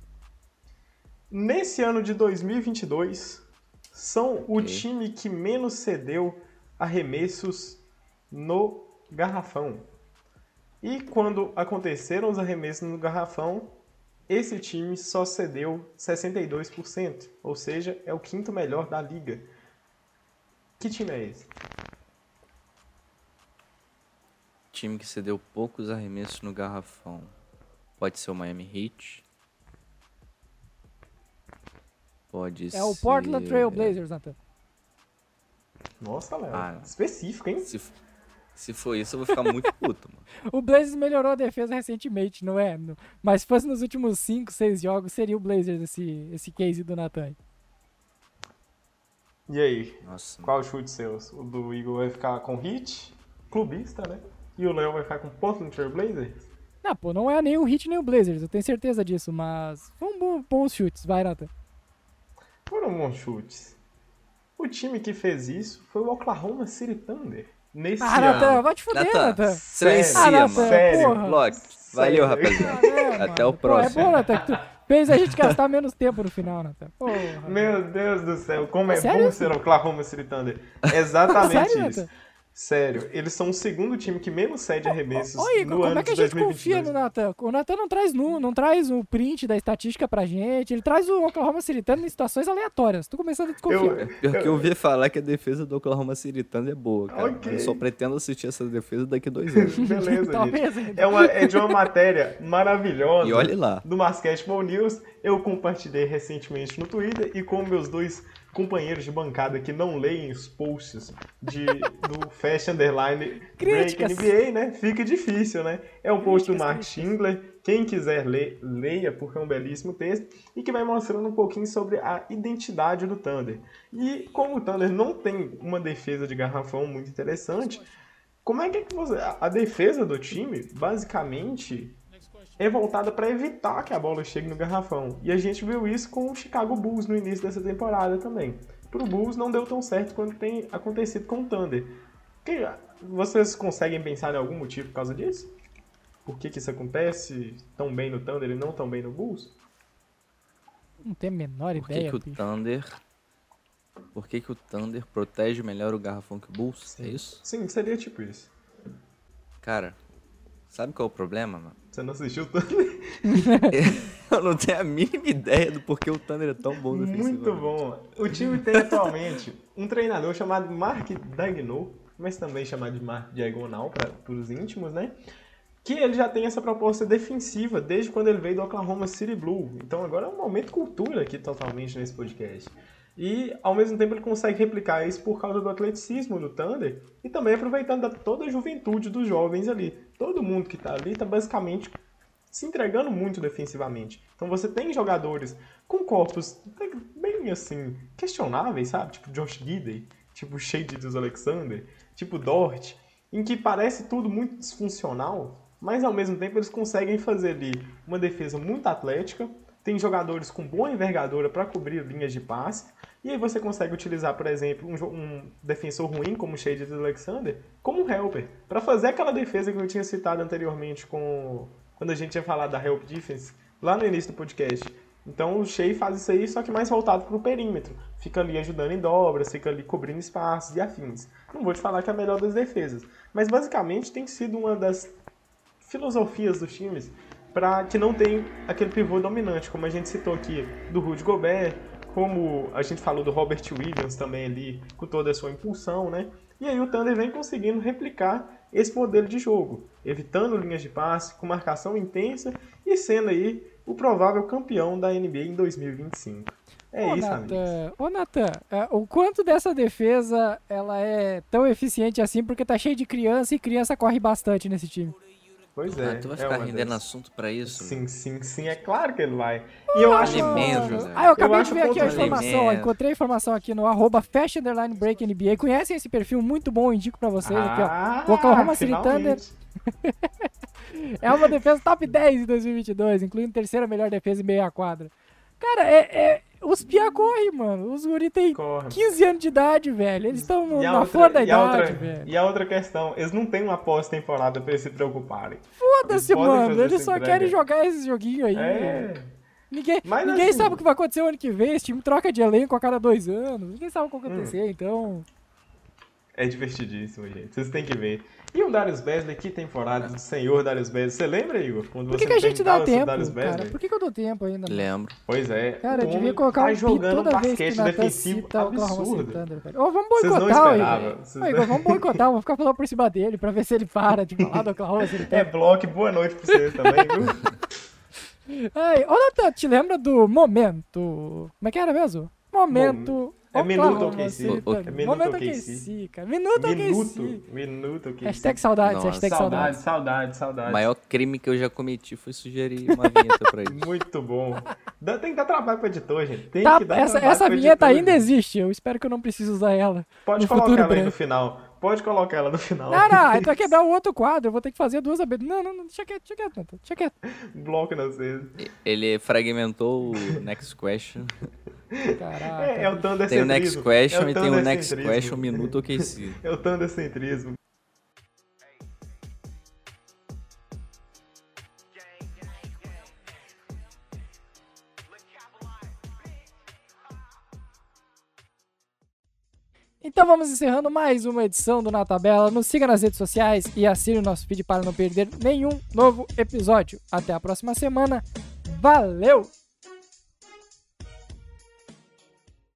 Nesse ano de dois mil e vinte e dois, são o Ok. time que menos cedeu arremessos no garrafão. E quando aconteceram os arremessos no garrafão, esse time só cedeu sessenta e dois por cento, ou seja, é o quinto melhor da liga. Que time é esse? time que cedeu poucos arremessos no garrafão. Pode ser o Miami Heat. Pode ser... É o Portland Trail Blazers, Nathan. Nossa, Léo. Ah, Específico, hein? Se, se for isso, eu vou ficar muito puto, mano. O Blazers melhorou a defesa recentemente, não é? No- Mas se fosse nos últimos cinco, seis jogos, seria o Blazers esse, esse case do Nathan. E aí? Nossa. Qual o chute seus? O do Igor vai ficar com Heat, clubista, né? E o Léo vai ficar com Portland Trail Blazers? Não, pô, não é nem o Heat nem o Blazers, eu tenho certeza disso, mas foram bom- bons chutes, vai, Nathan. Foram bons chutes. O time que fez isso foi o Oklahoma City Thunder. Nesse Ah, ano. Nathan, vai te fuder, Nathan, Nathan. silencia, Ah, Nathan, mano. Sério. porra. Loki, valeu, Sério. rapaziada. Ah, é, Até mano. o próximo. Pô, é bom, Nathan, que tu fez a gente gastar menos tempo no final, Nathan. Porra. Meu Deus do céu, como é Sério? bom ser o Oklahoma City Thunder. Exatamente Sério, isso. Nathan? Sério, eles são o segundo time que menos cede arremessos Ô, Igor, no como ano é que a de gente dois mil e vinte e confia dois. no Nathan? O Nathan não traz nu, não traz o print da estatística pra gente, ele traz o Oklahoma City Thunder em situações aleatórias. Tô começando a desconfiar. Eu, Pior que eu ouvi falar que a defesa do Oklahoma City Thunder é boa, cara. Ok. Eu só pretendo assistir essa defesa daqui a dois anos. beleza, gente. Talvez ainda. É, uma, é de uma matéria maravilhosa E olhe lá. do Basketball News. Eu compartilhei recentemente no Twitter e com meus dois companheiros de bancada que não leem os posts de, do Fast Underline Break Críticas. N B A, né? Fica difícil, né? É um post do Críticas, Mark críticas. Schindler. Quem quiser ler, leia, porque é um belíssimo texto e que vai mostrando um pouquinho sobre a identidade do Thunder. E como o Thunder não tem uma defesa de garrafão muito interessante, como é que você... A a defesa do time, basicamente, é voltada para evitar que a bola chegue no garrafão. E a gente viu isso com o Chicago Bulls no início dessa temporada também. Para o Bulls não deu tão certo quanto tem acontecido com o Thunder. Que- Vocês conseguem pensar em algum motivo por causa disso? Por que, que isso acontece tão bem no Thunder e não tão bem no Bulls? Não tenho a menor Por que, ideia. que o bicho. Thunder... Por que, que o Thunder protege melhor o garrafão que o Bulls? É isso? Sim, seria tipo isso. Cara, sabe qual é o problema, mano? Você não assistiu o Thunder? Eu não tenho a mínima ideia do porquê o Thunder é tão bom defensivamente. Muito bom. O time tem atualmente um treinador chamado Mark Daigneault, mas também chamado de Mark Diagonal para os íntimos, né? Que ele já tem essa proposta defensiva desde quando ele veio do Oklahoma City Blue. Então agora é um momento cultura aqui totalmente nesse podcast. E ao mesmo tempo ele consegue replicar isso por causa do atleticismo do Thunder e também aproveitando da- toda a juventude dos jovens ali. Todo mundo que está ali está basicamente se entregando muito defensivamente. Então você tem jogadores com corpos bem assim, questionáveis, sabe? Tipo Josh Giddey, tipo Shade dos Alexander, tipo Dort, em que parece tudo muito disfuncional, mas ao mesmo tempo eles conseguem fazer ali uma defesa muito atlética, tem jogadores com boa envergadura para cobrir linhas de passe, e aí você consegue utilizar, por exemplo, um, jo- um defensor ruim como o Shade dos Alexander como um helper, para fazer aquela defesa que eu tinha citado anteriormente com quando a gente tinha falado da help defense, lá no início do podcast. Então o Shea faz isso aí, só que mais voltado para o perímetro. Fica ali ajudando em dobras, fica ali cobrindo espaços e afins. Não vou te falar que é a melhor das defesas, mas basicamente tem sido uma das filosofias dos times para que não tem aquele pivô dominante, como a gente citou aqui do Rudy Gobert, como a gente falou do Robert Williams também ali, com toda a sua impulsão, né? E aí o Thunder vem conseguindo replicar esse modelo de jogo, evitando linhas de passe, com marcação intensa e sendo aí o provável campeão da N B A em dois mil e vinte e cinco. É Ô, isso, amigos. Nathan, ô, Nathan, é, o quanto dessa defesa ela é tão eficiente assim porque tá cheio de criança e criança corre bastante nesse time? Pois é. Ah, tu vai é ficar uma rendendo das- assunto pra isso? Sim, sim, sim, é claro que ele vai. E eu acho Alimento, Mano, José. Ah, eu acabei Eu de acho ver aqui a ponto de informação, ó, alimento. encontrei a informação aqui no arroba Fast Underline Break N B A. Conhecem esse perfil muito bom, indico pra vocês aqui, ó. Ah, O Oklahoma City Thunder finalmente. é uma defesa top dez em dois mil e vinte e dois, incluindo terceira melhor defesa em meia quadra. Cara, é, é, os pia correm, mano. Os guri tem Corre. quinze anos de idade, velho. Eles estão E a na outra- flor da e a idade, outra- velho. E a outra questão, eles não têm uma pós-temporada pra eles se preocuparem. Foda-se, Eles podem mano. fazer Eles essa só entrega. querem jogar esse joguinho aí. É. Ninguém, Mas ninguém assim- sabe o que vai acontecer o ano que vem. Esse time troca de elenco a cada dois anos. Ninguém sabe o que vai acontecer, então. É divertidíssimo, gente. Vocês têm que ver. E o Darius Bazley, que temporada do senhor Darius Bazley. Você lembra, Igor? Quando Por que, você que a gente dá perguntava sobre tempo, Darius cara? Bazley? Por que, que eu dou tempo ainda? mano? Lembro. Pois é. Cara, eu o devia homem colocar tá um pi jogando toda vez basquete que Natan defensivo cita o Oklahoma City absurdo. Thunder, velho. Ô, vamos Vocês não boicotar, ó, esperavam. Igor. Vocês Ô, Igor, vamos boicotar, vamos ficar falando por cima dele pra ver se ele para de falar do Oklahoma City É, Thunder. Block, boa noite pra você também, viu? Ai, ô, Natan, te lembra do momento... Como é que era mesmo? Momento... É minuto Oklahoma O K C. City Thunder. É minuto Momento O K C. O K C, cara. Minuto O K C. Minuto, minuto, O K C. Hashtag saudades, Nossa. hashtag Saudade, saudades. saudade, saudade. O maior crime que eu já cometi foi sugerir uma vinheta pra isso. Muito bom. Dá- Tem que dar trabalho pro editor, gente. Tem Tá, que dar essa, trabalho essa pro vinheta editor, ainda gente. existe, eu espero que eu não precise usar ela. Pode no colocar futuro ela aí breve. no final. Pode colocar ela no final. Não, não, aí tu vai quebrar o outro quadro, eu vou ter que fazer duas vezes. Não, não, não, deixa quieto, deixa quieto, Natan, deixa quieto. Bloco na cesta. Ele fragmentou o Next Question. Caraca. É, é o Thunder Tem o Next Question e tem o Next Thundercentrismo. Question Minuto O K C. É o Thundercentrismo. Então vamos encerrando mais uma edição do Na Tabela. Nos siga nas redes sociais e assine o nosso feed para não perder nenhum novo episódio. Até a próxima semana. Valeu!